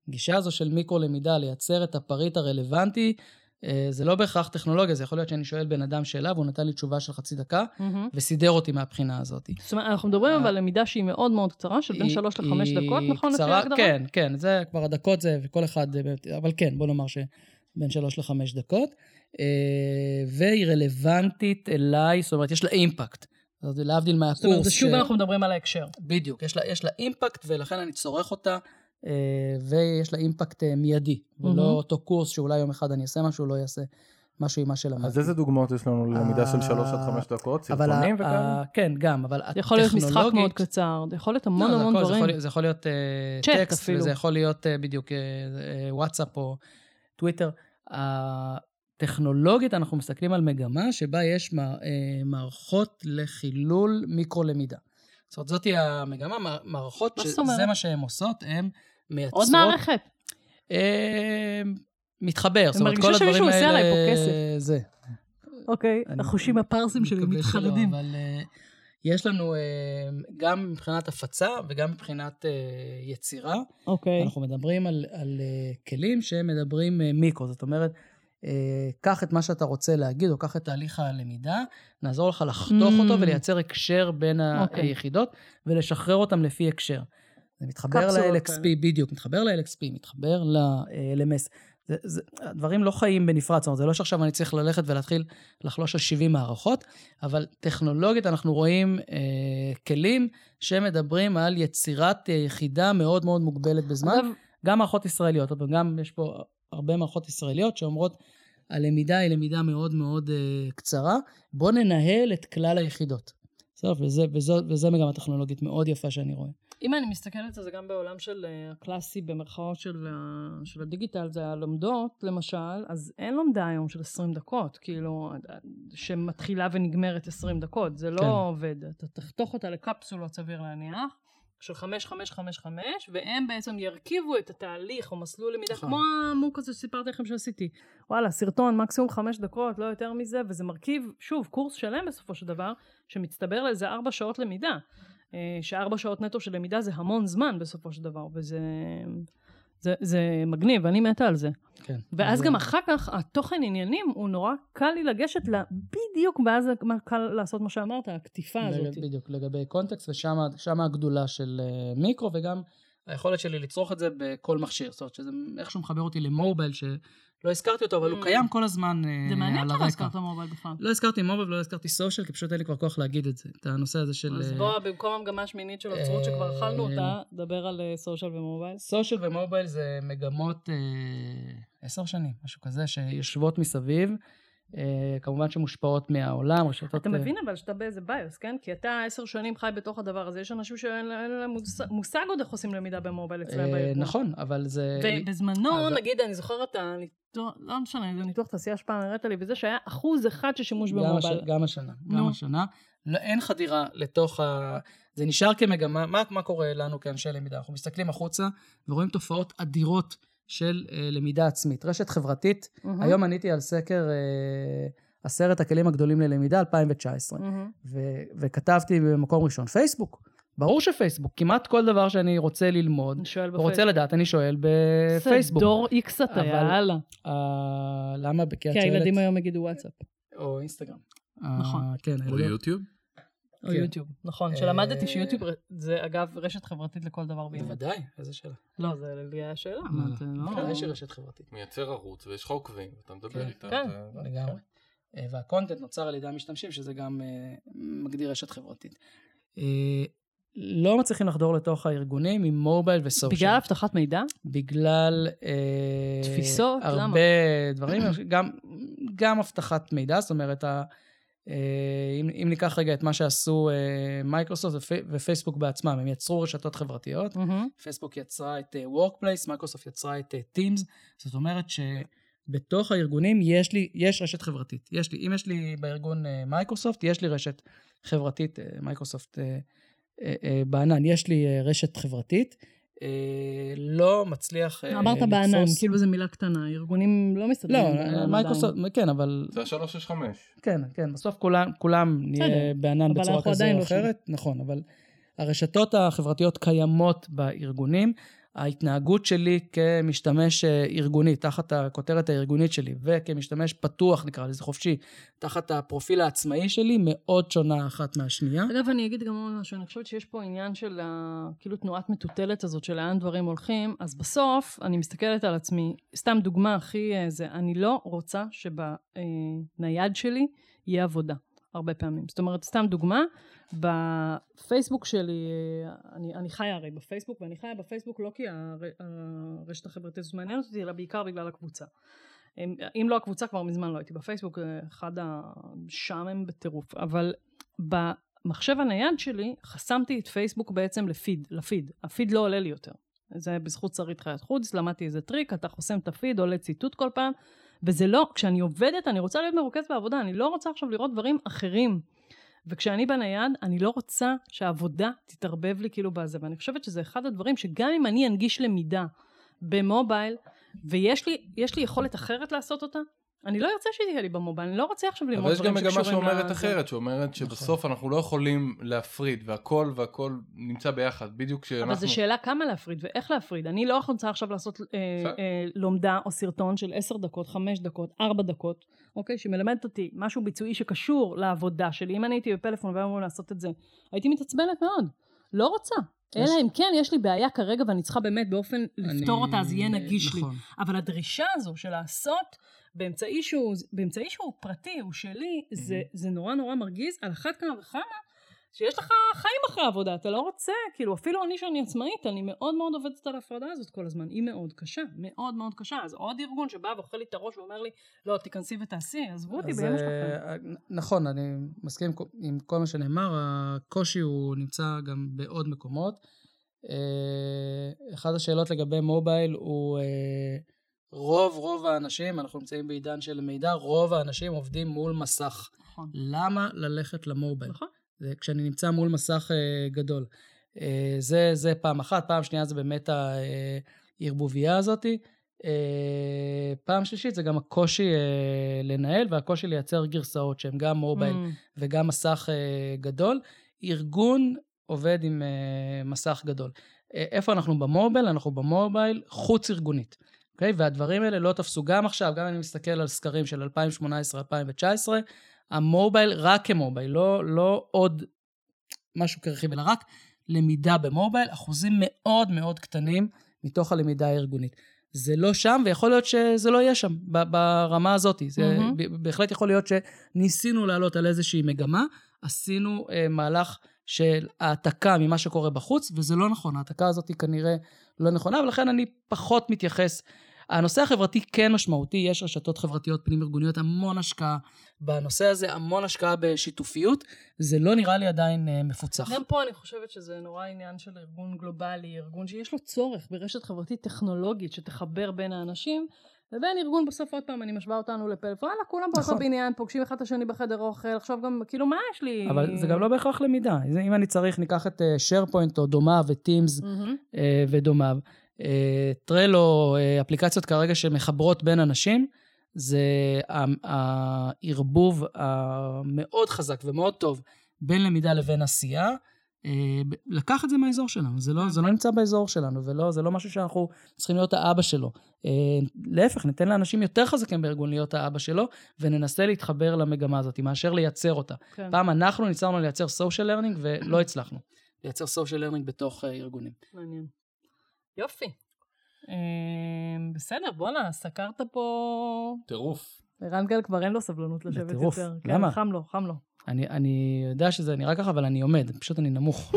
הגישה הזו של מיקרו-למידה, לייצר את הפריט הרלוונטי, זה לא בהכרח טכנולוגיה, זה יכול להיות שאני שואל בן אדם שאלה, והוא נתן לי תשובה של חצי דקה, וסידר אותי מהבחינה הזאת. זאת אומרת, אנחנו מדברים אבל למידה שהיא מאוד מאוד קצרה, של בין 3 ל-5 דקות, נכון? לפי ההגדרה? כן, כן, זה כבר הדקות זה, וכל אחד, אבל כן, בוא נאמר שבין 3 ל-5 דקות, והיא רלוונטית אליי, זאת אומרת, יש לה אימפקט. זה להבדיל מהקורס. זאת אומרת, שוב אנחנו מדברים על ההקשר. בדיוק, יש לה אימפקט, ולכן אני צורך אותה, ויש לה אימפקט מיידי, ולא אותו קורס שאולי יום אחד אני אעשה משהו, לא יעשה משהו עם מה שלמדתי. אז איזה דוגמאות יש לנו ללמידה של 3 עד 5 דקות? סרטונים וכאלה? כן, גם, אבל הטכנולוגית... יכול להיות משחק מאוד קצר, זה יכול להיות המון המון דברים. זה יכול להיות טקסט, וזה יכול להיות בדיוק וואטסאפ או טוויטר. הטכנולוגית אנחנו מסתכלים על מגמה שבה יש מערכות לחילול מיקרו-למידה. זאת אומרת, זאת היא המגמה, מערכות שזה מה שהן עושות, הן מייצרות... עוד מערכת. מתחבר. אני מרגישה שמישהו עושה עליי פה כסף. זה. אוקיי, החושים הפרסים שלי מתחדדים. אבל יש לנו גם מבחינת הפצה וגם מבחינת יצירה. אוקיי. אנחנו מדברים על כלים שמדברים מיקרו, זאת אומרת, קח את מה שאתה רוצה להגיד, או קח את תהליך הלמידה, נעזור לך לחתוך אותו ולייצר הקשר בין היחידות, ולשחרר אותם לפי הקשר. זה מתחבר ל-LXP, בדיוק, מתחבר ל-LXP, מתחבר ל-LMS. הדברים לא חיים בנפרד, זאת אומרת, זה לא שעכשיו אני צריך ללכת ולהתחיל לחלוש על 70 מערכות, אבל טכנולוגית אנחנו רואים כלים שמדברים על יצירת יחידה מאוד מאוד מוגבלת בזמן, גם מערכות ישראליות, אבל גם יש פה הרבה מערכות ישראליות שאומרות, הלמידה היא למידה מאוד מאוד קצרה, בוא ננהל את כלל היחידות. וזה מגמה טכנולוגית מאוד יפה שאני רואה. אם אני מסתכלת על זה גם בעולם של הקלאסי, במרכאות של הדיגיטל, זה הלומדות, למשל, אז אין לומדה היום של 20 דקות, כאילו, שמתחילה ונגמרת 20 דקות, זה לא עובד. אתה תחתוך אותה לקפסולות סביר להניח, של 5, 5, 5, 5, והם בעצם ירכיבו את התהליך או מסלול למידה, כמו המוק הזה שסיפרתי לכם שעשיתי. וואלה, סרטון, מקסימום 5 דקות, לא יותר מזה, וזה מרכיב, שוב, קורס שלם בסופו של דבר, שמצטבר לאיזה 4 שעות למידה. ש4 שעות נטו של למידה זה המון זמן בסופו של דבר, וזה מגניב, אני מתה על זה. כן. ואז גם אחר כך, התוכן עניינים הוא נורא קל לי לגשת בדיוק, ואז קל לעשות מה שאמרת, הכתיפה הזאת. בדיוק, לגבי קונטקסט, ושם הגדולה של מיקרו, וגם היכולת שלי לצרוך את זה בכל מכשיר. זאת אומרת, שזה איכשהו מחבר אותי למובייל, שלא הזכרתי אותו, אבל הוא קיים כל הזמן על הרקע. זה מעניין שלא הזכרת מובייל בכלל. לא הזכרתי מובייל ולא הזכרתי סושיאל, כי פשוט אין לי כבר כוח להגיד את זה, את הנושא הזה של... אז בוא, במקום המגמה השמינית של עצרות שכבר אכלנו אותה, דבר על סושיאל ומובייל. סושיאל ומובייל זה מגמות 10 שנים, משהו כזה, שיושבות מסביב, כמובן שמושפעות מהעולם. אתה מבין אבל שאתה באיזה ביוס, כן? כי אתה 10 שנים חי בתוך הדבר הזה, יש אנשים שאין להם מושג עוד איך עושים למידה במובייל אצלם בארגון. נכון, אבל זה... ובזמנו, נגיד, אני זוכרת, לא משנה, זה ניתוח תעשייה שפעם הראת לי, וזה שהיה 1% של שימוש במובייל. גם השנה. אין חדירה לתוך זה נשאר כמגמה, מה קורה לנו כאנשי למידה? אנחנו מסתכלים החוצה ורואים תופעות אדירות של למידה עצמית. רשת חברתית, היום עניתי על סקר 10 הכלים הגדולים ללמידה 2019, וכתבתי במקום ראשון, פייסבוק. ברור שפייסבוק, כמעט כל דבר שאני רוצה ללמוד, ורוצה לדעת, אני שואל בפייסבוק. זה דור איקס אתה, יאללה. למה? כי הילדים היום יגידו וואטסאפ. או אינסטגרם. נכון. או יוטיוב? או יוטיוב, נכון. שלמדתי שיוטיוב זה אגב רשת חברתית לכל דבר בעניין. בוודאי, איזה שאלה. לא, זה לי היה שאלה. יש רשת חברתית. מייצר ערוץ ויש לך עוקבים, ואתה מדבר איתה. כן, לגמרי. והקונטנט נוצר על ידי המשתמשים, שזה גם מגדיר רשת חברתית. לא מצליחים לחדור לתוך הארגונים עם מובייל וסושיאל. בגלל הבטחת מידע? בגלל תפיסות? הרבה דברים, גם הבטחת מידע, זאת אומרת, אם ניקח רגע את מה שעשו מייקרוסופט ופייסבוק בעצמם, הם יצרו רשתות חברתיות, פייסבוק יצרה את וורקפלייס, מייקרוסופט יצרה את טימס, זאת אומרת שבתוך הארגונים יש רשת חברתית. אם יש לי בארגון מייקרוסופט, יש לי רשת חברתית, מייקרוסופט בענן, יש לי רשת חברתית, לא מצליח לתפוס... אמרת בענן, כאילו זו מילה קטנה, ארגונים לא מסתדרים. לא, מייקרוסופט, כן, אבל... זה 365. כן, בסוף כולם נהיה בענן בצורה כזו או אחרת, נכון, אבל הרשתות החברתיות קיימות בארגונים, ההתנהגות שלי כמשתמש ארגוני, תחת הכותרת הארגונית שלי, וכמשתמש פתוח, נקרא לזה חופשי, תחת הפרופיל העצמאי שלי, מאוד שונה אחת מהשנייה. אגב, אני אגיד גם משהו, אני חושבת שיש פה עניין של כאילו תנועת מטוטלת הזאת, של לאן דברים הולכים, אז בסוף אני מסתכלת על עצמי, סתם דוגמה הכי זה, אני לא רוצה שבנייד שלי יהיה עבודה, הרבה פעמים. זאת אומרת, סתם דוגמה, בפייסבוק שלי, אני חיה הרי בפייסבוק, ואני חיה בפייסבוק לא כי הרשת החברתית הזאת מעניינת אותי, אלא בעיקר בגלל הקבוצה. אם לא הקבוצה, כבר מזמן לא הייתי בפייסבוק, אחד השם בטירוף. אבל במחשב הנייד שלי, חסמתי את פייסבוק בעצם לפיד. הפיד לא עולה לי יותר. זה בזכות שרית חיית חוץ, למדתי איזה טריק, אתה חוסם את הפיד, עולה ציטוט כל פעם, וזה לא, כשאני עובדת, אני רוצה להיות מרוכזת בעבודה, אני לא רוצה עכשיו לראות דברים אחרים. וכשאני בנייד, אני לא רוצה שהעבודה תתערבב לי כאילו בזה, ואני חושבת שזה אחד הדברים שגם אם אני אנגיש למידה במובייל, ויש לי יכולת אחרת לעשות אותה, אני לא ארצה שתהיה לי במובייל, אני לא רוצה עכשיו ללמוד דברים שקשורים. אבל יש גם מגמה שאומרת אחרת, שאומרת שבסוף אנחנו לא יכולים להפריד, והכל נמצא ביחד, בדיוק כשאנחנו... אבל זו שאלה כמה להפריד ואיך להפריד. אני לא רוצה עכשיו לעשות לומדה או סרטון של 10 דקות, 5 דקות, 4 דקות, אוקיי? שמלמדת אותי משהו ביצועי שקשור לעבודה שלי. אם אני הייתי בפלאפון ואמרו לעשות את זה, הייתי מתעצבנת מאוד. לא רוצה. אלא אם כן, יש לי בעיה כרגע ואני צריכה באמת באופן לפתור אותה, אז יהיה נגיש לי. אבל הדרישה הזו של לעשות באמצעי שהוא פרטי, הוא שלי, זה נורא נורא מרגיז, על אחת כמה וכמה, שיש לך חיים אחרי העבודה, אתה לא רוצה, כאילו אפילו אני שאני עצמאית, אני מאוד מאוד עובדת על ההפרדה הזאת כל הזמן, היא מאוד קשה, מאוד מאוד קשה, אז עוד ארגון שבא ואוכל לי את הראש ואומר לי, לא, תיכנסי ותעשי, עזבו אותי ביום שלכם. נכון, אני מסכים עם כל מה שנאמר, הקושי הוא נמצא גם בעוד מקומות. אחת השאלות לגבי מובייל הוא... רוב האנשים, אנחנו נמצאים בעידן של מידע, רוב האנשים עובדים מול מסך. נכון. למה ללכת למובייל? נכון. זה כשאני נמצא מול מסך גדול. זה פעם אחת, פעם שנייה זה באמת הערבוביה הזאת. פעם שלישית זה גם הקושי לנהל, והקושי לייצר גרסאות שהן גם מובייל וגם מסך גדול. ארגון עובד עם מסך גדול. איפה אנחנו במובייל? אנחנו במובייל חוץ ארגונית. Okay, והדברים האלה לא תפסו גם עכשיו, גם אני מסתכל על סקרים של 2018-2019, המובייל רק כמובייל, לא עוד משהו כרכיב, אלא רק למידה במובייל, אחוזים מאוד מאוד קטנים מתוך הלמידה הארגונית. זה לא שם, ויכול להיות שזה לא יהיה שם, ברמה הזאת. זה בהחלט יכול להיות שניסינו לעלות על איזושהי מגמה, עשינו מהלך של העתקה ממה שקורה בחוץ, וזה לא נכון, העתקה הזאת היא כנראה לא נכונה, ולכן אני פחות מתייחס. הנושא החברתי כן משמעותי, יש רשתות חברתיות פנים ארגוניות, המון השקעה בנושא הזה, המון השקעה בשיתופיות, זה לא נראה לי עדיין מפוצח. גם פה אני חושבת שזה נורא עניין של ארגון גלובלי, ארגון שיש לו צורך ברשת חברתית טכנולוגית שתחבר בין האנשים, ובין ארגון בסוף עוד פעם, אני משווה אותנו לפלאפון, כולם פה בבניין, פוגשים אחד את השני בחדר אוכל, עכשיו גם, כאילו מה יש לי? אבל זה גם לא בהכרח למידה, אם אני צריך, ניקח את SharePoint או דומיו וטימס ודומיו, טרלו, אפליקציות כרגע שמחברות בין אנשים, זה הערבוב המאוד חזק ומאוד טוב בין למידה לבין עשייה, לקח את זה מהאזור שלנו, זה לא נמצא באזור שלנו, וזה לא משהו שאנחנו צריכים להיות האבא שלו. להפך, ניתן לאנשים יותר חזקים בארגון להיות האבא שלו, וננסה להתחבר למגמה הזאת, מאשר לייצר אותה. פעם אנחנו ניצרנו לייצר social learning, ולא הצלחנו לייצר social learning בתוך ארגונים. מעניין. יופי. בסדר, בוא'נה, סקרת פה... טירוף. רנגל כבר אין לו סבלנות לשבת יותר. למה? חם לו. אני יודע שזה נראה ככה, אבל אני עומד, פשוט אני נמוך.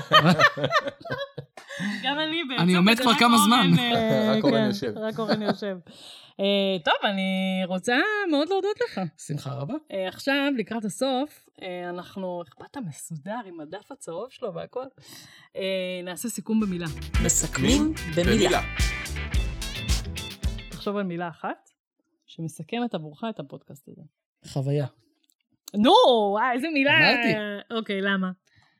גם אני בעצם. אני עומד כבר כמה זמן. רק אורן יושב. טוב, אני רוצה מאוד להודות לך. שמחה רבה. עכשיו, לקראת הסוף, אנחנו, אכפת המסודר עם הדף הצהוב שלו והכל, נעשה סיכום במילה. מסכמים במילה. תחשוב על מילה אחת, שמסכמת עבורך את הפודקאסט הזה. חוויה. נו, איזה מילה. אמרתי. אוקיי, למה?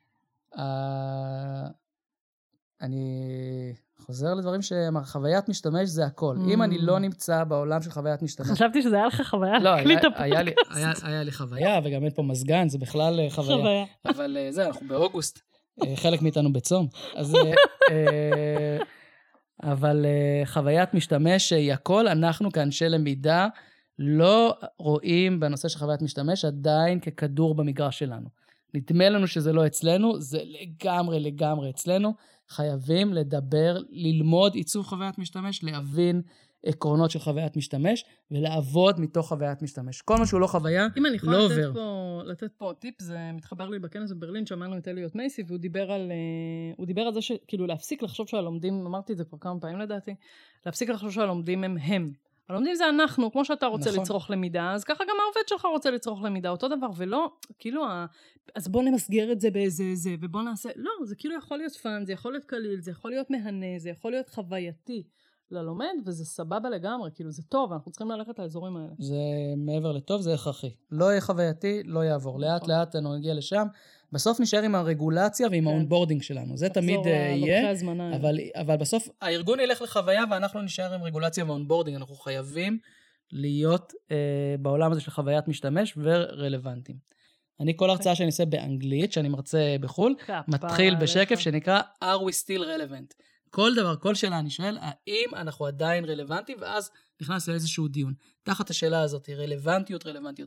אני חוזר לדברים שאמר, חוויית משתמש זה הכל. אם אני לא נמצא בעולם של חוויית משתמש... חשבתי שזה היה לך חוויה. לא, היה לי חוויה, וגם אין פה מזגן, זה בכלל חוויה. אבל זה, אנחנו באוגוסט, חלק מאיתנו בצום. אז אבל חוויית משתמש היא הכל, אנחנו כאנשי למידה לא רואים בנושא של חוויית משתמש עדיין ככדור במגרש שלנו. נדמה לנו שזה לא אצלנו, זה לגמרי אצלנו. חייבים לדבר, ללמוד עיצוב חוויית משתמש, להבין עקרונות של חוויית משתמש, ולעבוד מתוך חוויית משתמש. כל מה שהוא לא חוויה, לא עובר. אם אני יכולה לתת פה טיפ, זה מתחבר לי בכנס בברלין, שמענו את אליוט מייסי, והוא דיבר על זה שכאילו להפסיק לחשוב שהלומדים, אמרתי את זה כבר כמה פעמים לדעתי, להפסיק לחשוב שהלומדים הם. הלומדים זה אנחנו, כמו שאתה רוצה לצרוך למידה, אז ככה גם העובד שלך רוצה לצרוך למידה, אותו דבר, ולא, כאילו, אז בוא נמסגר את זה באיזה, ובוא נעשה, לא, זה כאילו יכול להיות פן, זה יכול להיות קליל, זה יכול להיות מהנה, זה יכול להיות חווייתי ללומד, וזה סבבה לגמרי, כאילו זה טוב, אנחנו צריכים ללכת לאזורים האלה. זה מעבר לטוב, זה הכרחי. לא יהיה חווייתי, לא יעבור. לאט לאט נגיע לשם. בסוף נשאר עם הרגולציה ועם האונבורדינג שלנו. זה תמיד יהיה, אבל בסוף הארגון ילך לחוויה ואנחנו נשאר עם רגולציה ואונבורדינג. אנחנו חייבים להיות בעולם הזה של חוויית משתמש ורלוונטיים. אני כל הרצאה שאני עושה באנגלית, שאני מרצה בחול, מתחיל בשקף שנקרא Are we still relevant? כל דבר, כל שאלה אני שואל, האם אנחנו עדיין רלוונטיים? ואז נכנס לאיזשהו דיון. תחת השאלה הזאת, רלוונטיות.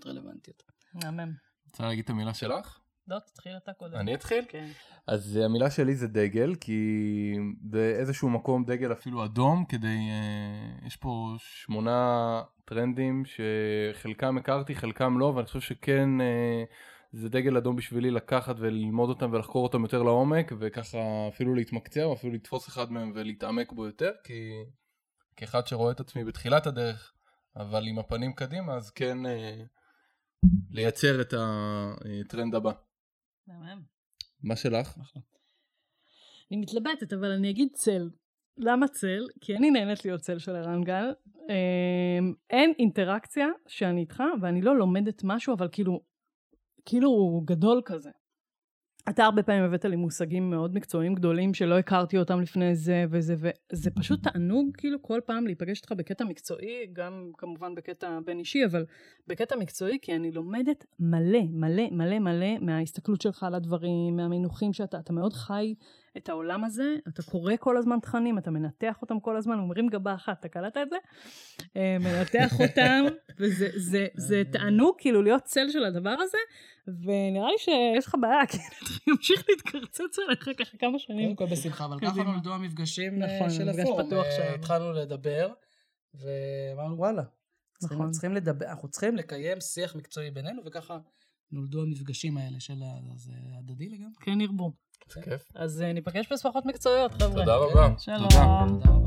נאמם. רוצה להגיד את המילה שלך? לא, תתחיל אתה קודם. אני אתחיל? כן. אז המילה שלי זה דגל, כי באיזשהו מקום דגל אפילו אדום, יש פה 8 טרנדים שחלקם הכרתי, חלקם לא, ואני חושב שכן זה דגל אדום בשבילי לקחת וללמוד אותם ולחקור אותם יותר לעומק, וככה אפילו להתמקצע, או אפילו לתפוס אחד מהם ולהתעמק בו יותר, כי כאחד שרואה את עצמי בתחילת הדרך, אבל עם הפנים קדימה, אז כן לייצר את הטרנד הבא. מה שלך? אני מתלבטת, אבל אני אגיד צל. למה צל? כי אני נהנית להיות צל של ערן גל. אין אינטראקציה שאני איתך, ואני לא לומדת משהו, אבל כאילו הוא גדול כזה. אתה הרבה פעמים הבאת לי מושגים מאוד מקצועיים גדולים, שלא הכרתי אותם לפני זה וזה, וזה פשוט תענוג, כאילו כל פעם להיפגש איתך בקטע מקצועי, גם כמובן בקטע בין אישי, אבל בקטע מקצועי, כי אני לומדת מלא מההסתכלות שלך על הדברים, מהמינוחים אתה מאוד חי את העולם הזה, אתה קורא כל הזמן תכנים, אתה מנתח אותם כל הזמן, אומרים גבה אחת, אתה קלטת את זה? מנתח אותם, וזה תענוג כאילו להיות צל של הדבר הזה, ונראה לי שיש לך בעיה, כי אני אמשיך להתקרצץ עליך ככה כמה שנים. קודם כל בשמחה, אבל ככה נולדו המפגשים של מפגש הפורום. פתוח התחלנו לדבר, ואמרנו וואלה, צריכים לדבר, אנחנו צריכים לקיים שיח מקצועי בינינו, וככה נולדו המפגשים האלה של הדדי לגמרי. כן ירבו. כיף. אז ניפגש בשפחות מקצועיות, חבר'ה. תודה רבה. שלום.